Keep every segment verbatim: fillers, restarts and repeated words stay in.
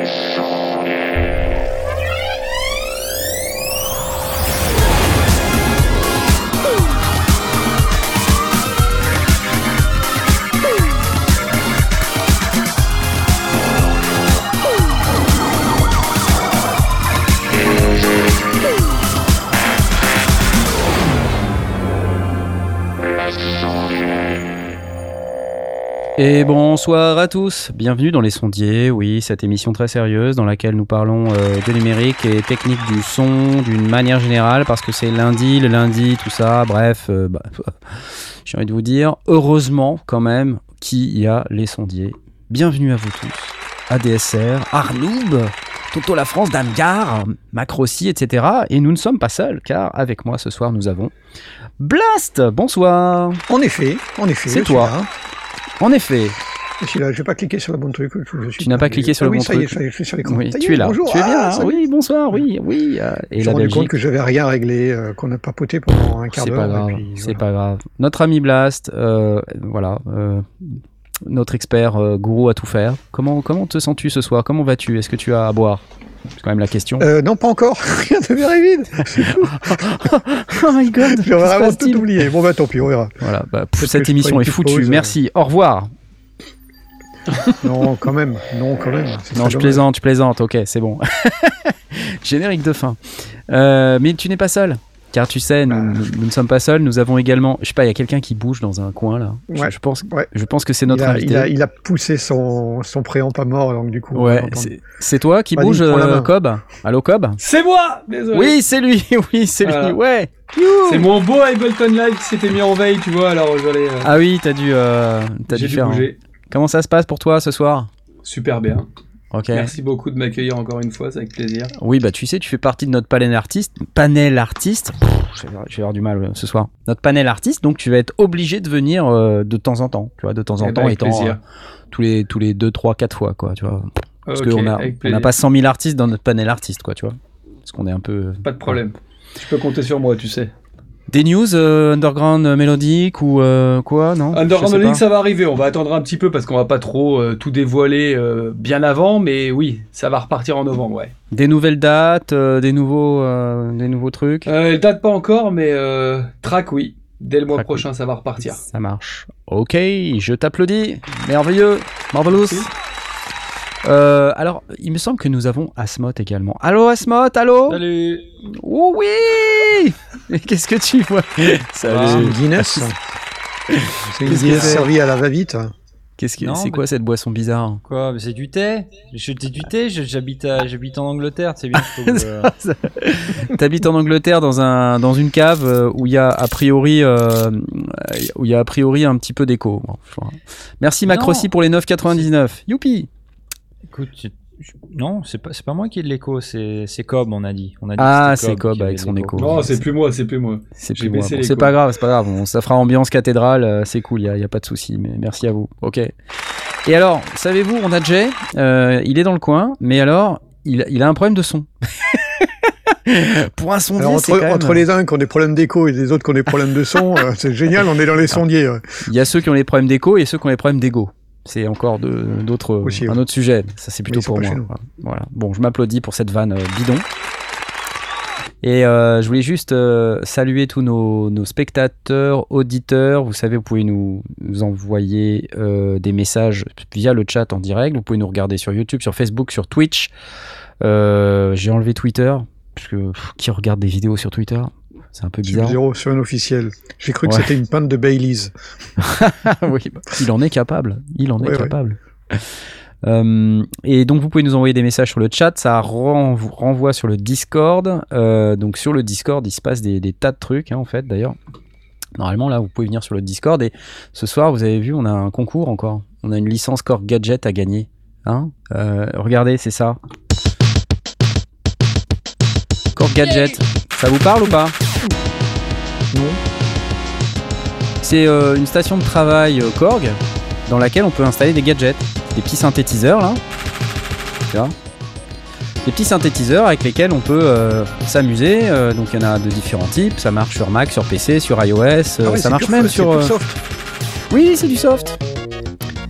Et bonsoir à tous, bienvenue dans Les Sondiers, oui, cette émission très sérieuse dans laquelle nous parlons euh, de numérique et technique du son d'une manière générale, parce que c'est lundi, le lundi, tout ça, bref, euh, bah, j'ai envie de vous dire, heureusement quand même qu'il y a Les Sondiers. Bienvenue à vous tous, A D S R, Arnoub, Toto la France, Damgar, Macrossi, et cetera. Et nous ne sommes pas seuls, car avec moi ce soir nous avons Blast, bonsoir. En effet, en effet. C'est toi. Là. En effet. Je suis là, je n'ai pas cliqué sur le bon truc. Je suis tu n'as pas cliqué sur ah le oui, bon ça truc. Y est, ça y est, je suis sur l'écran. Oui, ça tu y est, es là. Bonjour. Tu es bien. Ah, hein, oui, bonsoir. Oui, oui. Euh, et je me suis rendu compte que je n'avais rien réglé, euh, qu'on a papoté pendant un quart c'est d'heure. Pas grave, puis, c'est voilà. pas grave. Notre ami Blast, euh, voilà, euh, notre expert euh, gourou à tout faire. Comment, comment te sens-tu ce soir ? Comment vas-tu ? Est-ce que tu as à boire ? C'est quand même la question. Euh, non, pas encore. Rien de verre vide. Oh my god. J'ai vraiment tout oublié. Bon, bah tant pis, on verra. Voilà, bah, cette émission est foutue. Pause, Merci. Euh... Au revoir. Non, quand même. Non, quand même. C'est non, je dommage. plaisante, je plaisante. Ok, c'est bon. Générique de fin. Euh, mais tu n'es pas seul. Car tu sais, nous, nous, nous ne sommes pas seuls. Nous avons également, je sais pas, il y a quelqu'un qui bouge dans un coin là. Ouais, je, je pense, ouais. je pense que c'est notre il a, invité. Il a, il a poussé son, son préamp pas mort, donc du coup. Ouais. C'est, c'est toi qui Vas-y, bouge, euh, Cobb. Allô, Cobb. C'est moi. Désolé. Oui, c'est lui. Oui, c'est voilà. lui. Ouais. Youh. C'est mon beau Ableton Live qui s'était mis en veille, tu vois. Alors j'allais. Euh... Ah oui, t'as dû, euh, t'as J'ai dû dû faire. bouger. Hein. Comment ça se passe pour toi ce soir ? Super bien. Okay. Merci beaucoup de m'accueillir encore une fois, c'est avec plaisir. Oui, bah tu sais, tu fais partie de notre panel artiste. Panel artiste. Pff, je, vais, je vais avoir du mal euh, ce soir. Notre panel artiste, donc tu vas être obligé de venir euh, de temps en temps. Tu vois, de temps en eh temps, ben, étant euh, tous les tous les deux, trois, quatre fois, quoi. Tu vois. Parce okay, qu'on a on n'a pas cent mille artistes dans notre panel artiste, quoi. Tu vois. Parce qu'on est un peu. Pas de problème. Ouais. Tu peux compter sur moi, tu sais. Des news euh, underground mélodique ou euh, quoi, non ? Underground mélodique, ça va arriver. On va attendre un petit peu parce qu'on va pas trop euh, tout dévoiler euh, bien avant, mais oui, ça va repartir en novembre, ouais. Des nouvelles dates, euh, des nouveaux, euh, des nouveaux trucs. Euh, date pas encore, mais euh, track, oui. Dès le mois track, prochain, oui. Ça va repartir. Ça marche. Ok, je t'applaudis. Merveilleux, marvelous. Merci. Euh, alors, il me semble que nous avons Asmot également. Allô Asmot, allô ? Salut. Oh oui. Qu'est-ce que tu vois ? Salut. Ah, c'est une Guinness. C'est une Guinness servie à la va-vite. Qu'est-ce que, non, c'est mais... quoi cette boisson bizarre ? Quoi ? Mais c'est du thé. Je t'ai du thé. J'habite, à, j'habite en Angleterre. C'est bien. Faut que, euh... T'habites en Angleterre dans un dans une cave où il y a a priori euh, où il y a a priori un petit peu d'écho. Merci Macrossi pour les neuf quatre-vingt-dix-neuf. Youpi. Écoute, je... non, c'est pas c'est pas moi qui ai de l'écho. C'est c'est Cobb, on a dit. On a dit ah, c'est Cobb, Cobb avec son écho. Non, c'est plus moi, c'est plus moi. C'est plus moi. Bon, c'est pas grave, c'est pas grave. On, ça fera ambiance cathédrale. C'est cool. Il y a, y a pas de souci. Mais merci à vous. Ok. Et alors, savez-vous, on a Jay. Euh, il est dans le coin, mais alors, il il a un problème de son. Pour un sondier, alors, entre, c'est quand même... entre les uns qui ont des problèmes d'écho et les autres qui ont des problèmes de son, euh, c'est génial, on est dans les sondiers. Ouais. Il y a ceux qui ont les problèmes d'écho et ceux qui ont les problèmes d'ego. C'est encore de, d'autres, Aussi, un ouais. autre sujet. Ça, c'est plutôt pour moi. Voilà. Bon, je m'applaudis pour cette vanne euh, bidon. Et euh, je voulais juste euh, saluer tous nos, nos spectateurs, auditeurs. Vous savez, vous pouvez nous, nous envoyer euh, des messages via le chat en direct. Vous pouvez nous regarder sur YouTube, sur Facebook, sur Twitch. Euh, j'ai enlevé Twitter. Parce que pff, qui regarde des vidéos sur Twitter ? C'est un peu bizarre. Zéro sur un officiel. J'ai cru que ouais. c'était une pinte de Baileys. Oui, il en est capable. Il en est ouais, capable. Ouais. Euh, et donc vous pouvez nous envoyer des messages sur le chat. Ça renvo- renvoie sur le Discord. Euh, donc sur le Discord, il se passe des, des tas de trucs, hein, en fait. D'ailleurs, normalement là, vous pouvez venir sur le Discord. Et ce soir, vous avez vu, on a un concours encore. On a une licence Korg Gadget à gagner. Hein euh, regardez, c'est ça. Korg Gadget, ça vous parle ou pas ? Non. C'est euh, une station de travail euh, Korg dans laquelle on peut installer des gadgets, des petits synthétiseurs là, tu vois, des petits synthétiseurs avec lesquels on peut euh, s'amuser. Euh, donc il y en a de différents types, ça marche sur Mac, sur P C, sur iOS, euh, ah ouais, ça marche pur, même c'est sur. Pur euh... soft. Oui, c'est du soft.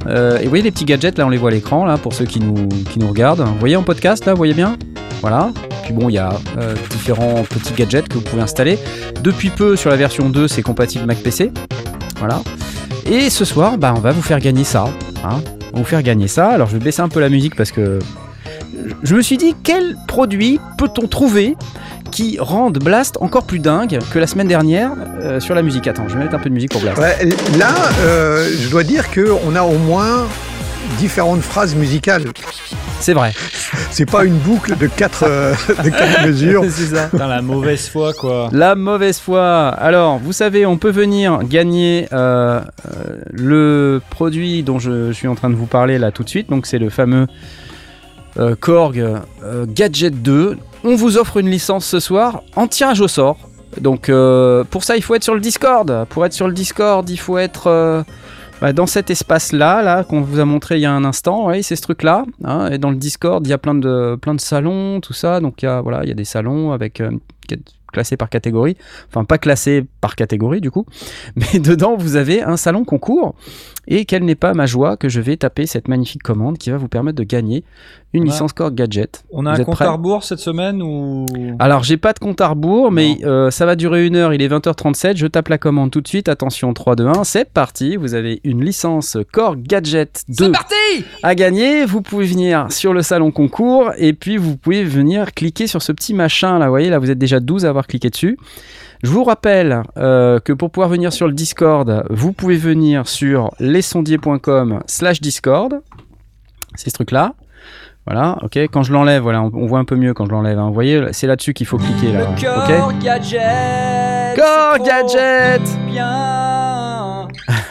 Euh, et vous voyez les petits gadgets, là on les voit à l'écran, là, pour ceux qui nous, qui nous regardent. Vous voyez en podcast, là, vous voyez bien ? Voilà. Puis bon, il y a euh, différents petits gadgets que vous pouvez installer. Depuis peu, sur la version deux, c'est compatible Mac P C. Voilà. Et ce soir, bah, on va vous faire gagner ça. Hein. On va vous faire gagner ça. Alors je vais baisser un peu la musique parce que je me suis dit, quel produit peut-on trouver qui rendent Blast encore plus dingue que la semaine dernière euh, sur la musique. Attends, je vais mettre un peu de musique pour Blast. Ouais, là, euh, je dois dire qu'on a au moins différentes phrases musicales. C'est vrai. C'est pas une boucle de quatre, euh, de quatre mesures. C'est ça. Putain, la mauvaise foi, quoi. La mauvaise foi. Alors, vous savez, on peut venir gagner euh, euh, le produit dont je, je suis en train de vous parler là tout de suite. Donc, c'est le fameux euh, Korg euh, Gadget deux. On vous offre une licence ce soir en tirage au sort. Donc euh, pour ça, il faut être sur le Discord. Pour être sur le Discord, il faut être euh, bah, dans cet espace-là, là, qu'on vous a montré il y a un instant. Oui, c'est ce truc-là. Hein, et dans le Discord, il y a plein de, plein de salons, tout ça. Donc il y a, voilà, il y a des salons avec... Euh, classés par catégorie, enfin pas classés par catégorie du coup, mais dedans vous avez un salon concours, et quelle n'est pas ma joie que je vais taper cette magnifique commande qui va vous permettre de gagner une Ouais. licence Korg Gadget. On a Vous un êtes compte prêts à rebours cette semaine ou... Alors j'ai pas de compte à rebours, mais euh, ça va durer une heure, il est vingt heures trente-sept, je tape la commande tout de suite, attention, trois, deux, un, c'est parti, vous avez une licence Korg Gadget deux C'est parti à gagner, vous pouvez venir sur le salon concours, et puis vous pouvez venir cliquer sur ce petit machin là, vous voyez, là vous êtes déjà douze à avoir cliqué dessus. Je vous rappelle euh, que pour pouvoir venir sur le Discord, vous pouvez venir sur lesondiers.com slash Discord, c'est ce truc là. Voilà, ok, quand je l'enlève, voilà, on, on voit un peu mieux quand je l'enlève, hein. Vous voyez, c'est là-dessus qu'il faut cliquer là. Le Korg Ok. Gadget. Korg Gadget. Bien.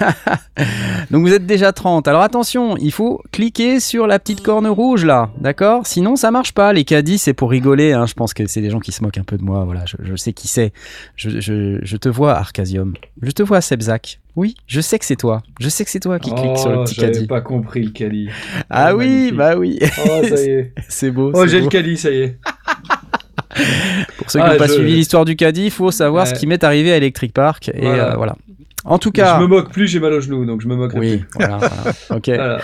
Donc vous êtes déjà trente. Alors attention, il faut cliquer sur la petite corne rouge là, d'accord ? Sinon ça marche pas. Les caddies c'est pour rigoler, hein. Je pense que c'est des gens qui se moquent un peu de moi, voilà, je, je sais qui c'est. Je, je, je te vois Arcasium, je te vois Sebzak. Oui, je sais que c'est toi. Je sais que c'est toi qui clique oh, sur le petit j'avais caddie. pas compris le caddie. Ah Oh, oui, magnifique. bah oui. Oh, ça y est. C'est beau. Oh, c'est j'ai beau. le caddie, ça y est. Pour ceux qui Ah, n'ont pas je- suivi l'histoire du caddie, il faut savoir Ouais. ce qui m'est arrivé à Electric Park. Et Voilà. euh, voilà. En tout cas. Je me moque plus, j'ai mal au genou, donc je me moque Oui, plus. voilà, voilà. Ok. Voilà.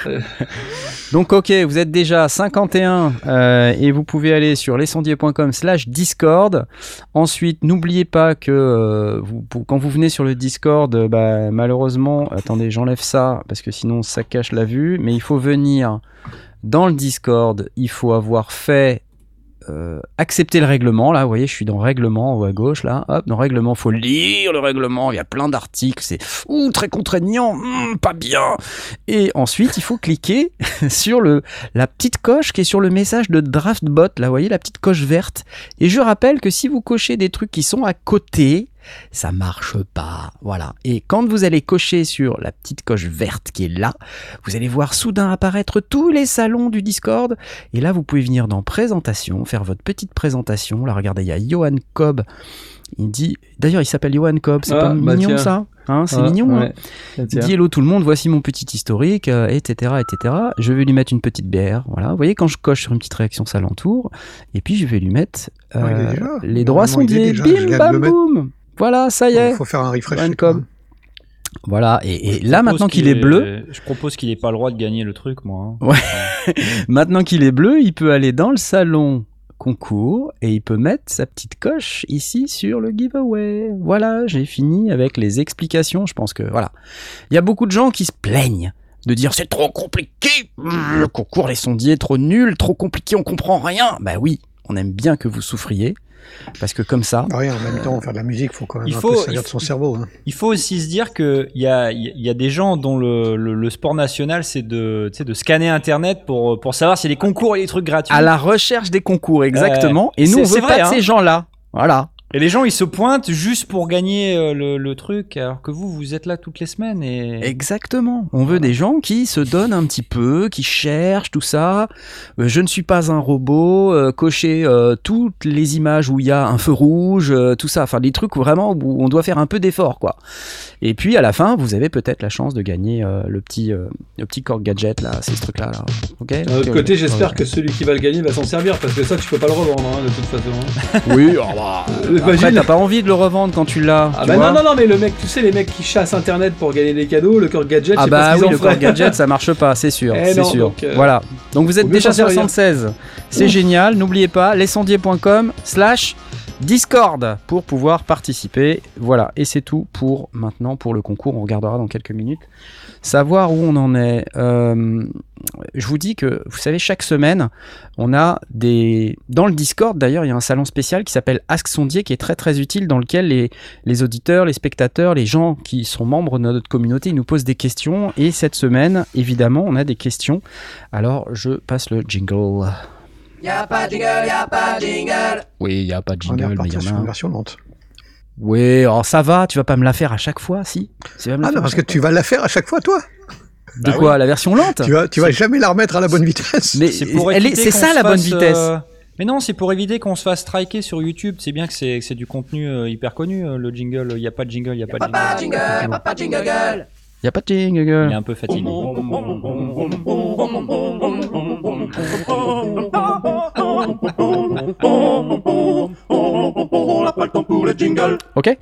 Donc ok, vous êtes déjà cinquante et un euh, et vous pouvez aller sur lesondiers.com slash Discord. Ensuite, n'oubliez pas que euh, vous, pour- quand vous venez sur le Discord, euh, bah, malheureusement, attendez, j'enlève ça parce que sinon ça cache la vue, mais il faut venir dans le Discord, il faut avoir fait euh, accepter le règlement. Là, vous voyez, je suis dans règlement en haut à gauche. Là, hop, dans règlement, faut lire le règlement. Il y a plein d'articles. C'est ouh, très contraignant, hmm, pas bien. Et ensuite, il faut cliquer sur le la petite coche qui est sur le message de DraftBot. Là, vous voyez la petite coche verte. Et je rappelle que si vous cochez des trucs qui sont à côté, ça marche pas, voilà. Et quand vous allez cocher sur la petite coche verte qui est là, vous allez voir soudain apparaître tous les salons du Discord. Et là, vous pouvez venir dans présentation, faire votre petite présentation. Là, regardez, il y a Johan Cobb. Il dit, d'ailleurs, il s'appelle Johan Cobb. C'est Ah, pas bah mignon tiens. ça, hein, c'est Ah, mignon. Hein. ouais. Tiens, Il tiens. dit hello tout le monde, voici mon petit historique, euh, et cetera, et cetera. Je vais lui mettre une petite bière, voilà. Vous voyez, quand je coche sur une petite réaction, ça l'entoure. Et puis, je vais lui mettre euh, Ah, il est déjà. les droits Normalement, il est sondiers. déjà, je Bim, viens de bam, le mettre. boum. Voilà, ça y est. Il faut faire un refresh. Johan c'est Cobb. quoi. Voilà, et, et Je là propose maintenant qu'il est bleu, Je propose qu'il ait pas le droit de gagner le truc, moi. hein. Ouais. maintenant qu'il est bleu, il peut aller dans le salon concours et il peut mettre sa petite coche ici sur le giveaway. Voilà, j'ai fini avec les explications. Je pense que voilà, il y a beaucoup de gens qui se plaignent de dire c'est trop compliqué, le concours les sondiers trop nul, trop compliqué, on comprend rien. Bah oui, on aime bien que vous souffriez. Parce que comme ça... Ah, rien, en même temps, faire de la musique, il faut quand même Il un faut- peu il servir de faut- son cerveau. Hein. Il faut aussi se dire qu'il y a, il y a des gens dont le, le, le sport national, c'est de, tu sais, de scanner Internet pour, pour savoir s'il y a des concours et des trucs gratuits. À la recherche des concours, exactement. Euh, et nous, c'est- on c'est veut vrai, pas de hein. ces gens-là. Voilà. Et les gens, ils se pointent juste pour gagner euh, le, le truc, alors que vous, vous êtes là toutes les semaines. Et... Exactement. On veut des gens qui se donnent un petit peu, qui cherchent tout ça. Euh, je ne suis pas un robot. Euh, cocher euh, toutes les images où il y a un feu rouge, euh, tout ça. Enfin, des trucs vraiment où on doit faire un peu d'effort, quoi. Et puis à la fin, vous avez peut-être la chance de gagner euh, le petit, euh, le petit Korg Gadget là. C'est ce truc-là. Là. Ok. D'un autre Ok, côté, ok. j'espère Ouais. que celui qui va le gagner va s'en servir, parce que ça, tu peux pas le revendre, hein, de toute façon. hein. Oui. Oh, bah, Euh, Après, t'as pas envie de le revendre quand tu l'as. Ah tu bah vois. non, non, non, mais le mec, tu sais, les mecs qui chassent internet pour gagner des cadeaux, le cœur gadget, Ah je sais bah pas ce qu'ils oui, en le feraient. corps gadget, ça marche pas, c'est sûr, Eh c'est non, sûr. donc, euh, Voilà. Donc vous êtes faut mieux déjà s'en servir. soixante-seize. C'est génial. N'oubliez pas lescendier point com slash Discord pour pouvoir participer. Voilà. Et c'est tout pour maintenant pour le concours. On regardera dans quelques minutes. Savoir où on en est. Euh, je vous dis que, vous savez, chaque semaine, on a des... Dans le Discord, d'ailleurs, il y a un salon spécial qui s'appelle Ask Sondier, qui est très très utile, dans lequel les, les auditeurs, les spectateurs, les gens qui sont membres de notre communauté, ils nous posent des questions. Et cette semaine, évidemment, on a des questions. Alors, je passe le jingle. Y'a pas de jingle, y'a pas de jingle. Oui, il n'y a pas de On est jingle, mais reparti il y sur en a une un. version lente. Oui, alors ça va, tu vas pas me la faire à chaque fois, si? Tu vas me la Ah faire non, à parce que chaque tu vas la faire à chaque fois, toi. fois. De quoi, la version lente? Tu vas, tu vas jamais la remettre à la bonne vitesse. Mais C'est pour elle est- éviter c'est qu'on ça se la bonne fasse, vitesse. euh, Mais non, c'est pour éviter qu'on se fasse striker sur YouTube. C'est bien que c'est que c'est du contenu euh, hyper connu, euh, le jingle. Il n'y a pas de jingle, il n'y a pas de Papa jingle. jingle, papa jingle gueule. Il y a pas de Il est jingle. un peu fatigué. Ok.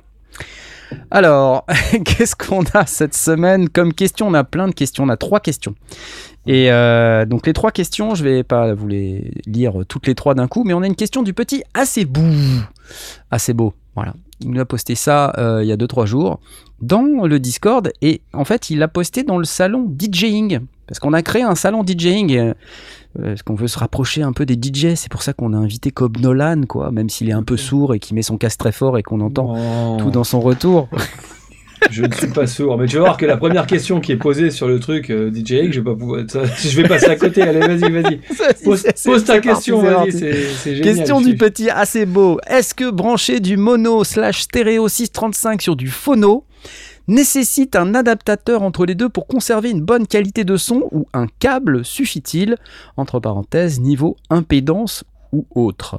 Alors, qu'est-ce qu'on a cette semaine comme question? On a plein de questions, on a trois questions. Et euh, donc les trois questions, je vais pas vous les lire toutes les trois d'un coup, mais on a une question du petit assez beau, assez beau. Voilà, il nous a posté ça euh, il y a deux trois jours dans le Discord et en fait il l'a posté dans le salon DJing parce qu'on a créé un salon DJing. Euh, parce qu'on veut se rapprocher un peu des D J, c'est pour ça qu'on a invité Cobb Nolan, quoi, même s'il est un peu sourd et qu'il met son casque très fort et qu'on entend Oh. tout dans son retour. Je ne suis pas sourd, mais tu vas voir que la première question qui est posée sur le truc euh, D J, je vais pas pouvoir, ça, je vais passer à côté. Allez, vas-y, vas-y. Pose, C'est- pose ta c'est question, parti, vas-y, c'est parti. c'est c'est génial. Question Je du suis- petit assez beau. Est-ce que brancher du mono slash stéréo six cent trente-cinq sur du phono nécessite un adaptateur entre les deux pour conserver une bonne qualité de son ou un câble suffit-il? Entre parenthèses, niveau impédance ou autre.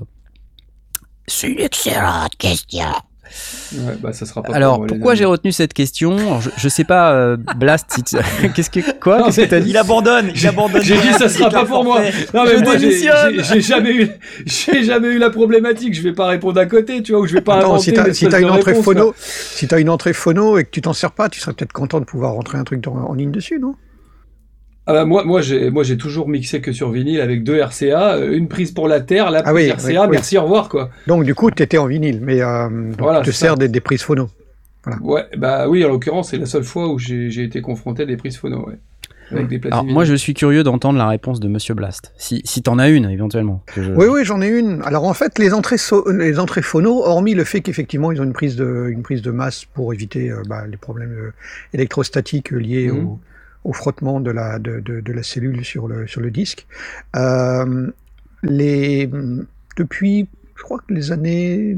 C'est une excellente question. Ouais, bah ça sera pas Alors, pour moi, les pourquoi amis. j'ai retenu cette question? Alors, je, je sais pas, euh, Blast, si tu- qu'est-ce que quoi Non, Qu'est-ce que mais t'as dit? Il abandonne, il abandonne. J'ai dit ça sera pas pour moi. Non mais Je moi j'ai- démissionne. j'ai j'ai jamais eu j'ai jamais eu la problématique. Je vais pas répondre à côté, tu vois, ou je vais pas Attends, inventer si t'as une si espèce t'as de une entrée réponse, phono, si t'as une entrée phono et que tu t'en sers pas, tu serais peut-être content de pouvoir rentrer un truc dans- en ligne dessus, non? Ah bah moi moi j'ai moi j'ai toujours mixé que sur vinyle avec deux R C A, euh, une prise pour la terre, la Ah prise oui, R C A, oui, oui. merci, au revoir quoi. Donc du coup, t'étais en vinyle, mais euh, donc Voilà, tu te c'est ça. sers des, des prises phono. Ouais, bah oui, en l'occurrence, c'est la seule fois où j'ai j'ai été confronté à des prises phono, ouais. Avec des platines. Alors, moi, je suis curieux d'entendre la réponse de Monsieur Blast. Si, si t'en as une, éventuellement. que je- Oui, oui, j'en ai une. Alors en fait, les entrées, so- les entrées phono, hormis le fait qu'effectivement ils ont une prise de, une prise de masse pour éviter euh, bah, les problèmes euh, électrostatiques liés Mhm. au, au frottement de la, de, de, de la cellule sur le, sur le disque. Euh, les, depuis, je crois que les années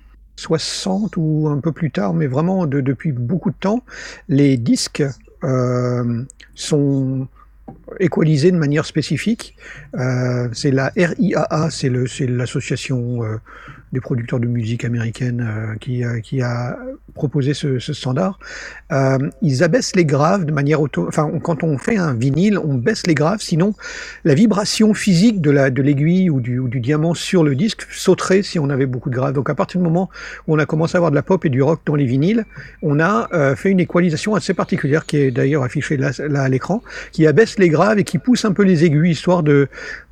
soixante ou un peu plus tard, mais vraiment de, depuis beaucoup de temps, les disques euh, sont équalisés de manière spécifique. Euh, c'est la R I A A, c'est le, c'est l'association euh, des producteurs de musique américaine euh, qui, euh, qui a proposé ce, ce standard. Euh, ils abaissent les graves de manière auto... Enfin, on- quand on fait un vinyle, on baisse les graves, sinon la vibration physique de, la, de l'aiguille ou du, ou du diamant sur le disque sauterait si on avait beaucoup de graves. Donc à partir du moment où on a commencé à avoir de la pop et du rock dans les vinyles, on a euh, fait une équalisation assez particulière, qui est d'ailleurs affichée là, là à l'écran, qui abaisse les graves et qui pousse un peu les aigus, histoire de,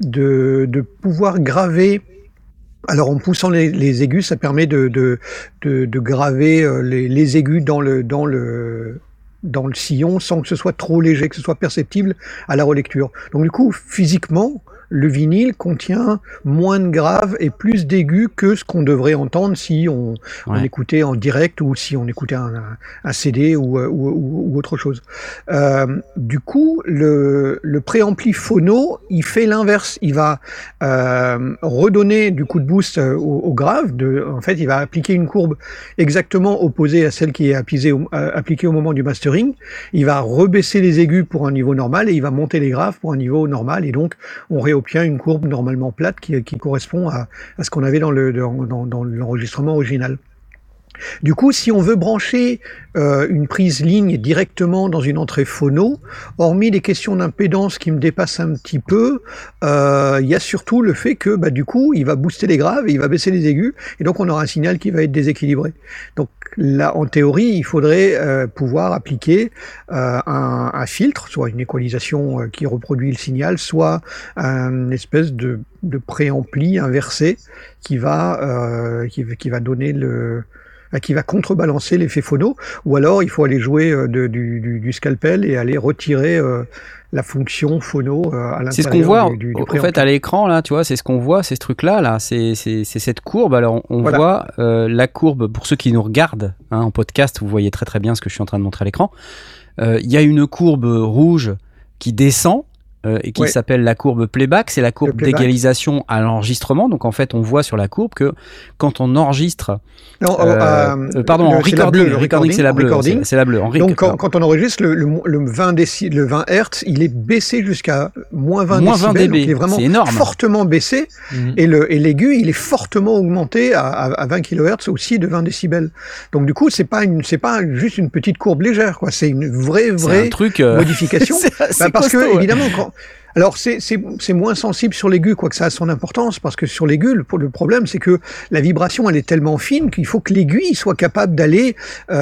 de, de pouvoir graver. Alors en poussant les, les aigus, ça permet de, de, de, de graver euh, les, les aigus dans le, dans, le, dans le sillon sans que ce soit trop léger, que ce soit perceptible à la relecture. Donc du coup, physiquement, le vinyle contient moins de graves et plus d'aigus que ce qu'on devrait entendre si on, on Ouais. écoutait en direct ou si on écoutait un, un, un C D ou, ou, ou, ou autre chose. Euh, du coup, le, le préampli phono, il fait l'inverse. Il va euh, redonner du coup de boost euh, au, au grave. De, en fait, il va appliquer une courbe exactement opposée à celle qui est appliquée au, euh, appliquée au moment du mastering. Il va rebaisser les aigus pour un niveau normal et il va monter les graves pour un niveau normal. Et donc, on réobtient une courbe normalement plate qui, qui correspond à, à ce qu'on avait dans, le, dans, dans, dans l'enregistrement original. Du coup, si on veut brancher euh, une prise ligne directement dans une entrée phono, hormis les questions d'impédance qui me dépassent un petit peu, il euh, y a surtout le fait que bah, du coup, il va booster les graves et il va baisser les aigus, et donc on aura un signal qui va être déséquilibré. Donc là, en théorie, il faudrait euh, pouvoir appliquer euh, un, un filtre, soit une équalisation euh, qui reproduit le signal, soit une espèce de, de préampli inversé qui va, euh, qui, qui va donner le... qui va contrebalancer l'effet phono, ou alors il faut aller jouer euh, de, du, du, du scalpel et aller retirer euh, la fonction phono euh, à l'intérieur. C'est ce qu'on voit du, du, du en fait à l'écran là, tu vois, c'est ce qu'on voit, c'est ce truc-là, là, c'est c'est c'est cette courbe. Alors on, on voilà. voit euh, la courbe pour ceux qui nous regardent hein, en podcast, vous voyez très très bien ce que je suis en train de montrer à l'écran. Il euh, y a une courbe rouge qui descend. Euh, et qui ouais. s'appelle la courbe playback, c'est la courbe d'égalisation à l'enregistrement. Donc en fait, on voit sur la courbe que quand on enregistre, non, euh, euh, euh, pardon, le, en recording, le recording, c'est la bleue, c'est, c'est la bleue. En Donc rec, quand, quand on enregistre le, le, le vingt déci, le vingt hertz, il est baissé jusqu'à moins vingt moins vingt décibels, dB. Donc il est vraiment c'est énorme. fortement baissé. Mm-hmm. Et le et l'aigu, il est fortement augmenté à, à, à vingt kilohertz aussi de vingt décibels. Donc du coup, c'est pas une, c'est pas juste une petite courbe légère, quoi. C'est une vraie, vraie c'est un truc, euh... modification. c'est, bah, c'est parce costaud, que ouais. évidemment quand Alors c'est c'est c'est moins sensible sur l'aigu, quoi que ça a son importance, parce que sur l'aigu, le, le problème c'est que la vibration elle est tellement fine qu'il faut que l'aiguille soit capable d'aller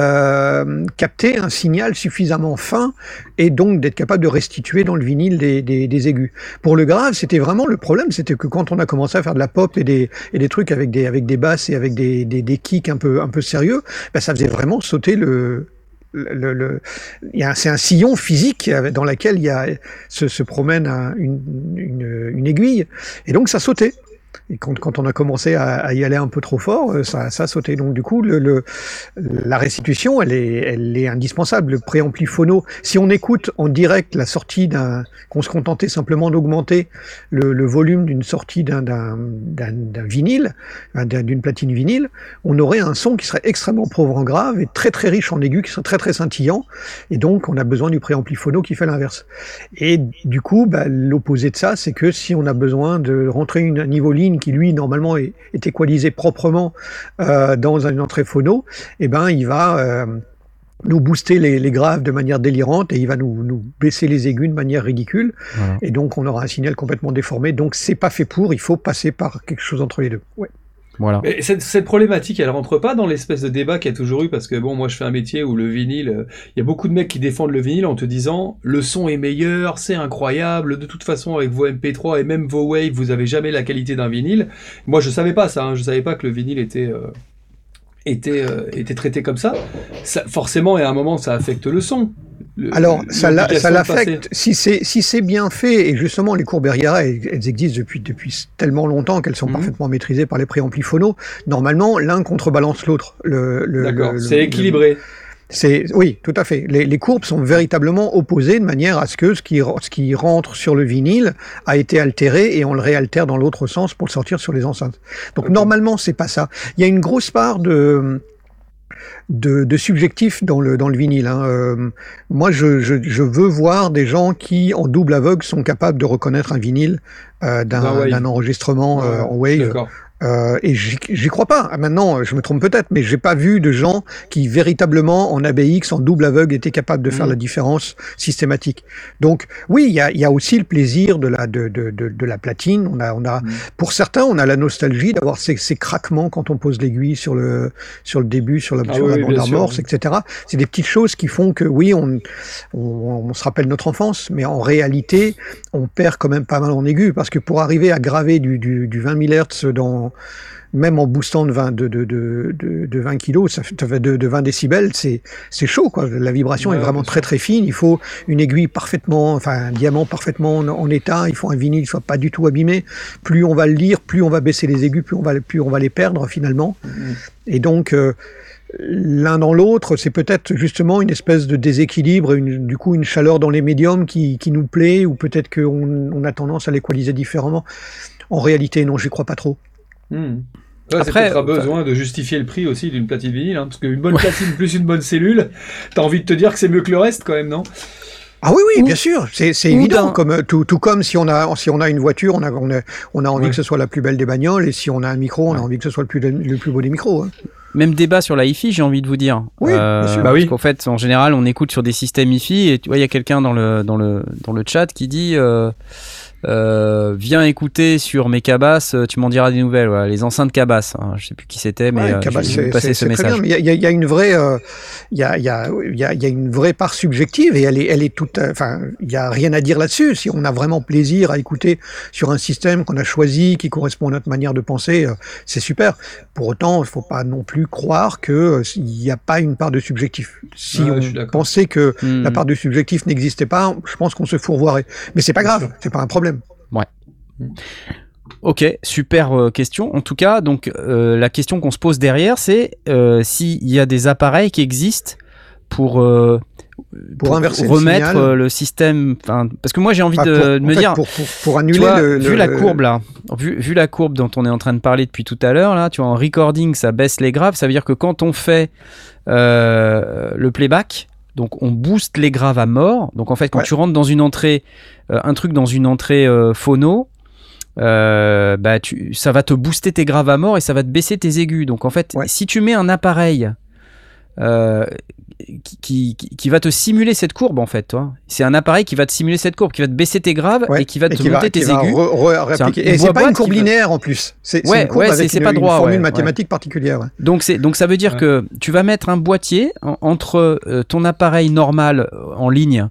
euh, capter un signal suffisamment fin et donc d'être capable de restituer dans le vinyle des, des, des aigus. Pour le grave, c'était vraiment le problème, c'était que quand on a commencé à faire de la pop et des et des trucs avec des avec des basses et avec des des, des kicks un peu un peu sérieux, bah, ça faisait vraiment sauter le Le, le, il y a, c'est un sillon physique dans lequel il y a, se, se promène un, une, une, une aiguille, et donc ça sautait. Et quand, quand on a commencé à, à y aller un peu trop fort, ça, ça a sauté. Donc du coup, le, le, la restitution, elle est, elle est indispensable. Le préampli phono, si on écoute en direct la sortie d'un, qu'on se contentait simplement d'augmenter le, le volume d'une sortie d'un, d'un, d'un, d'un vinyle, d'un, d'une platine vinyle, on aurait un son qui serait extrêmement pauvre en grave et très très riche en aigu, qui serait très très scintillant. Et donc, on a besoin du préampli phono qui fait l'inverse. Et du coup, bah, l'opposé de ça, c'est que si on a besoin de rentrer une, un niveau ligne qui lui normalement est, est équalisé proprement euh, dans une entrée phono, et eh ben il va euh, nous booster les, les graves de manière délirante et il va nous, nous baisser les aigus de manière ridicule. Voilà. Et donc on aura un signal complètement déformé. Donc c'est pas fait pour, il faut passer par quelque chose entre les deux. Ouais. Voilà. Mais cette, cette problématique, elle rentre pas dans l'espèce de débat qu'il y a toujours eu, parce que bon, moi je fais un métier où le vinyle, il euh, y a beaucoup de mecs qui défendent le vinyle en te disant le son est meilleur, c'est incroyable, de toute façon avec vos M P trois et même vos Waves, vous avez jamais la qualité d'un vinyle. Moi je savais pas ça, hein, je savais pas que le vinyle était euh, était euh, était traité comme ça. ça. Forcément, et à un moment, ça affecte le son. Le, Alors, ça, la, ça l'affecte si c'est si c'est bien fait, et justement les courbes Herrera, elles, elles existent depuis depuis tellement longtemps qu'elles sont mmh. parfaitement maîtrisées par les préamplis phono. Normalement, l'un contrebalance l'autre. Le, le, D'accord, le, c'est le, équilibré. Le, c'est oui, tout à fait. Les, les courbes sont véritablement opposées de manière à ce que ce qui ce qui rentre sur le vinyle a été altéré et on le réaltère dans l'autre sens pour le sortir sur les enceintes. Donc okay. Normalement, c'est pas ça. Il y a une grosse part de De, de subjectif dans le dans le vinyle. Hein. Euh, moi, je, je, je veux voir des gens qui, en double aveugle, sont capables de reconnaître un vinyle euh, d'un, d'un enregistrement ouais, euh, en wave. Euh, et j'y, j'y crois pas. Maintenant, je me trompe peut-être, mais j'ai pas vu de gens qui véritablement en A B X, en double aveugle, étaient capables de faire mmh. la différence systématique. Donc, oui, il y a, y a aussi le plaisir de la de de de, de la platine. On a on a mmh. pour certains, on a la nostalgie d'avoir ces, ces craquements quand on pose l'aiguille sur le sur le début, sur la, ah sur oui, la bande amorce, et cetera. C'est des petites choses qui font que oui, on, on on se rappelle notre enfance, mais en réalité, on perd quand même pas mal en aigu, parce que pour arriver à graver du du, du vingt mille hertz dans même en boostant de vingt, de, de, de, de, de vingt kilos, ça fait de, de vingt décibels, c'est, c'est chaud, quoi. La vibration ouais, est vraiment très, très fine. Il faut une aiguille parfaitement, enfin, un diamant parfaitement en, en état. Il faut un vinyle qui soit pas du tout abîmé. Plus on va le lire, plus on va baisser les aigus, plus on va, plus on va les perdre, finalement. Mmh. Et donc, euh, l'un dans l'autre, c'est peut-être justement une espèce de déséquilibre, une, du coup, une chaleur dans les médiums qui, qui nous plaît, ou peut-être qu'on on a tendance à l'équaliser différemment. En réalité, non, j'y crois pas trop. Mmh. Ouais, après, c'est peut-être besoin de justifier le prix aussi d'une platine vinyle, hein, parce qu'une bonne platine plus une bonne cellule, t'as envie de te dire que c'est mieux que le reste quand même, non ? Ah oui, oui, ou, bien sûr, c'est, c'est évident. D'un... Comme tout, tout comme si on a, si on a une voiture, on a, on a, on a envie ouais. que ce soit la plus belle des bagnoles, et si on a un micro, on ouais. a envie que ce soit le plus, le plus beau des micros. Hein. même débat sur la hi-fi, j'ai envie de vous dire. Oui, bien sûr. Bah parce oui. qu'en fait, en général, on écoute sur des systèmes hi-fi et tu vois, il y a quelqu'un dans le dans le dans le chat qui dit. Euh, Euh, viens écouter sur mes cabasses, tu m'en diras des nouvelles. Voilà, les enceintes cabasses. Hein, je sais plus qui c'était, mais Ouais, euh, Cabas, je vais c'est- passer c'est- ce c'est très message. bien, mais il y a, il y a une vraie, euh, il y a, il y a, il y a, il y a une vraie part subjective et elle est, elle est toute, euh, enfin, il y a rien à dire là-dessus. Si on a vraiment plaisir à écouter sur un système qu'on a choisi, qui correspond à notre manière de penser, euh, c'est super. Pour autant, il faut pas non plus croire que euh, il n'y a pas une part de subjectif. Si Ouais, je suis on d'accord. pensait que Hmm. la part de subjectif n'existait pas, je pense qu'on se fourvoierait. Mais c'est pas grave, c'est pas un problème. Ok, super euh, question. En tout cas, donc euh, la question qu'on se pose derrière, c'est euh, s'il y a des appareils qui existent pour euh, Pour inverser le remettre signal. euh, le système. Enfin, parce que moi j'ai envie Enfin, de, pour- de en me fait, dire. pour, pour, pour Tu annuler vois, le, vu le- la courbe là, vu, vu la courbe dont on est en train de parler depuis tout à l'heure là, tu vois, en recording ça baisse les graves, ça veut dire que quand on fait euh, le playback, donc on booste les graves à mort. Donc en fait quand Ouais. tu rentres dans une entrée, euh, un truc dans une entrée euh, phono, euh, bah tu, ça va te booster tes graves à mort et ça va te baisser tes aigus. Donc en fait, Ouais. si tu mets un appareil euh, qui, qui, qui va te simuler cette courbe en fait, toi, c'est un appareil qui va te simuler cette courbe, qui va te baisser tes graves Ouais, et qui va te qui monter qui tes va aigus. re- re- réappliquer. C'est un- Et une c'est pas boîte une courbe qui va- linéaire en plus. C'est c'est Ouais, une courbe ouais, c'est- avec c'est une, pas une droit, formule ouais, mathématique particulière. ouais. Donc, c'est, donc ça veut dire Ouais. que tu vas mettre un boîtier en- entre euh, ton appareil normal euh, en ligne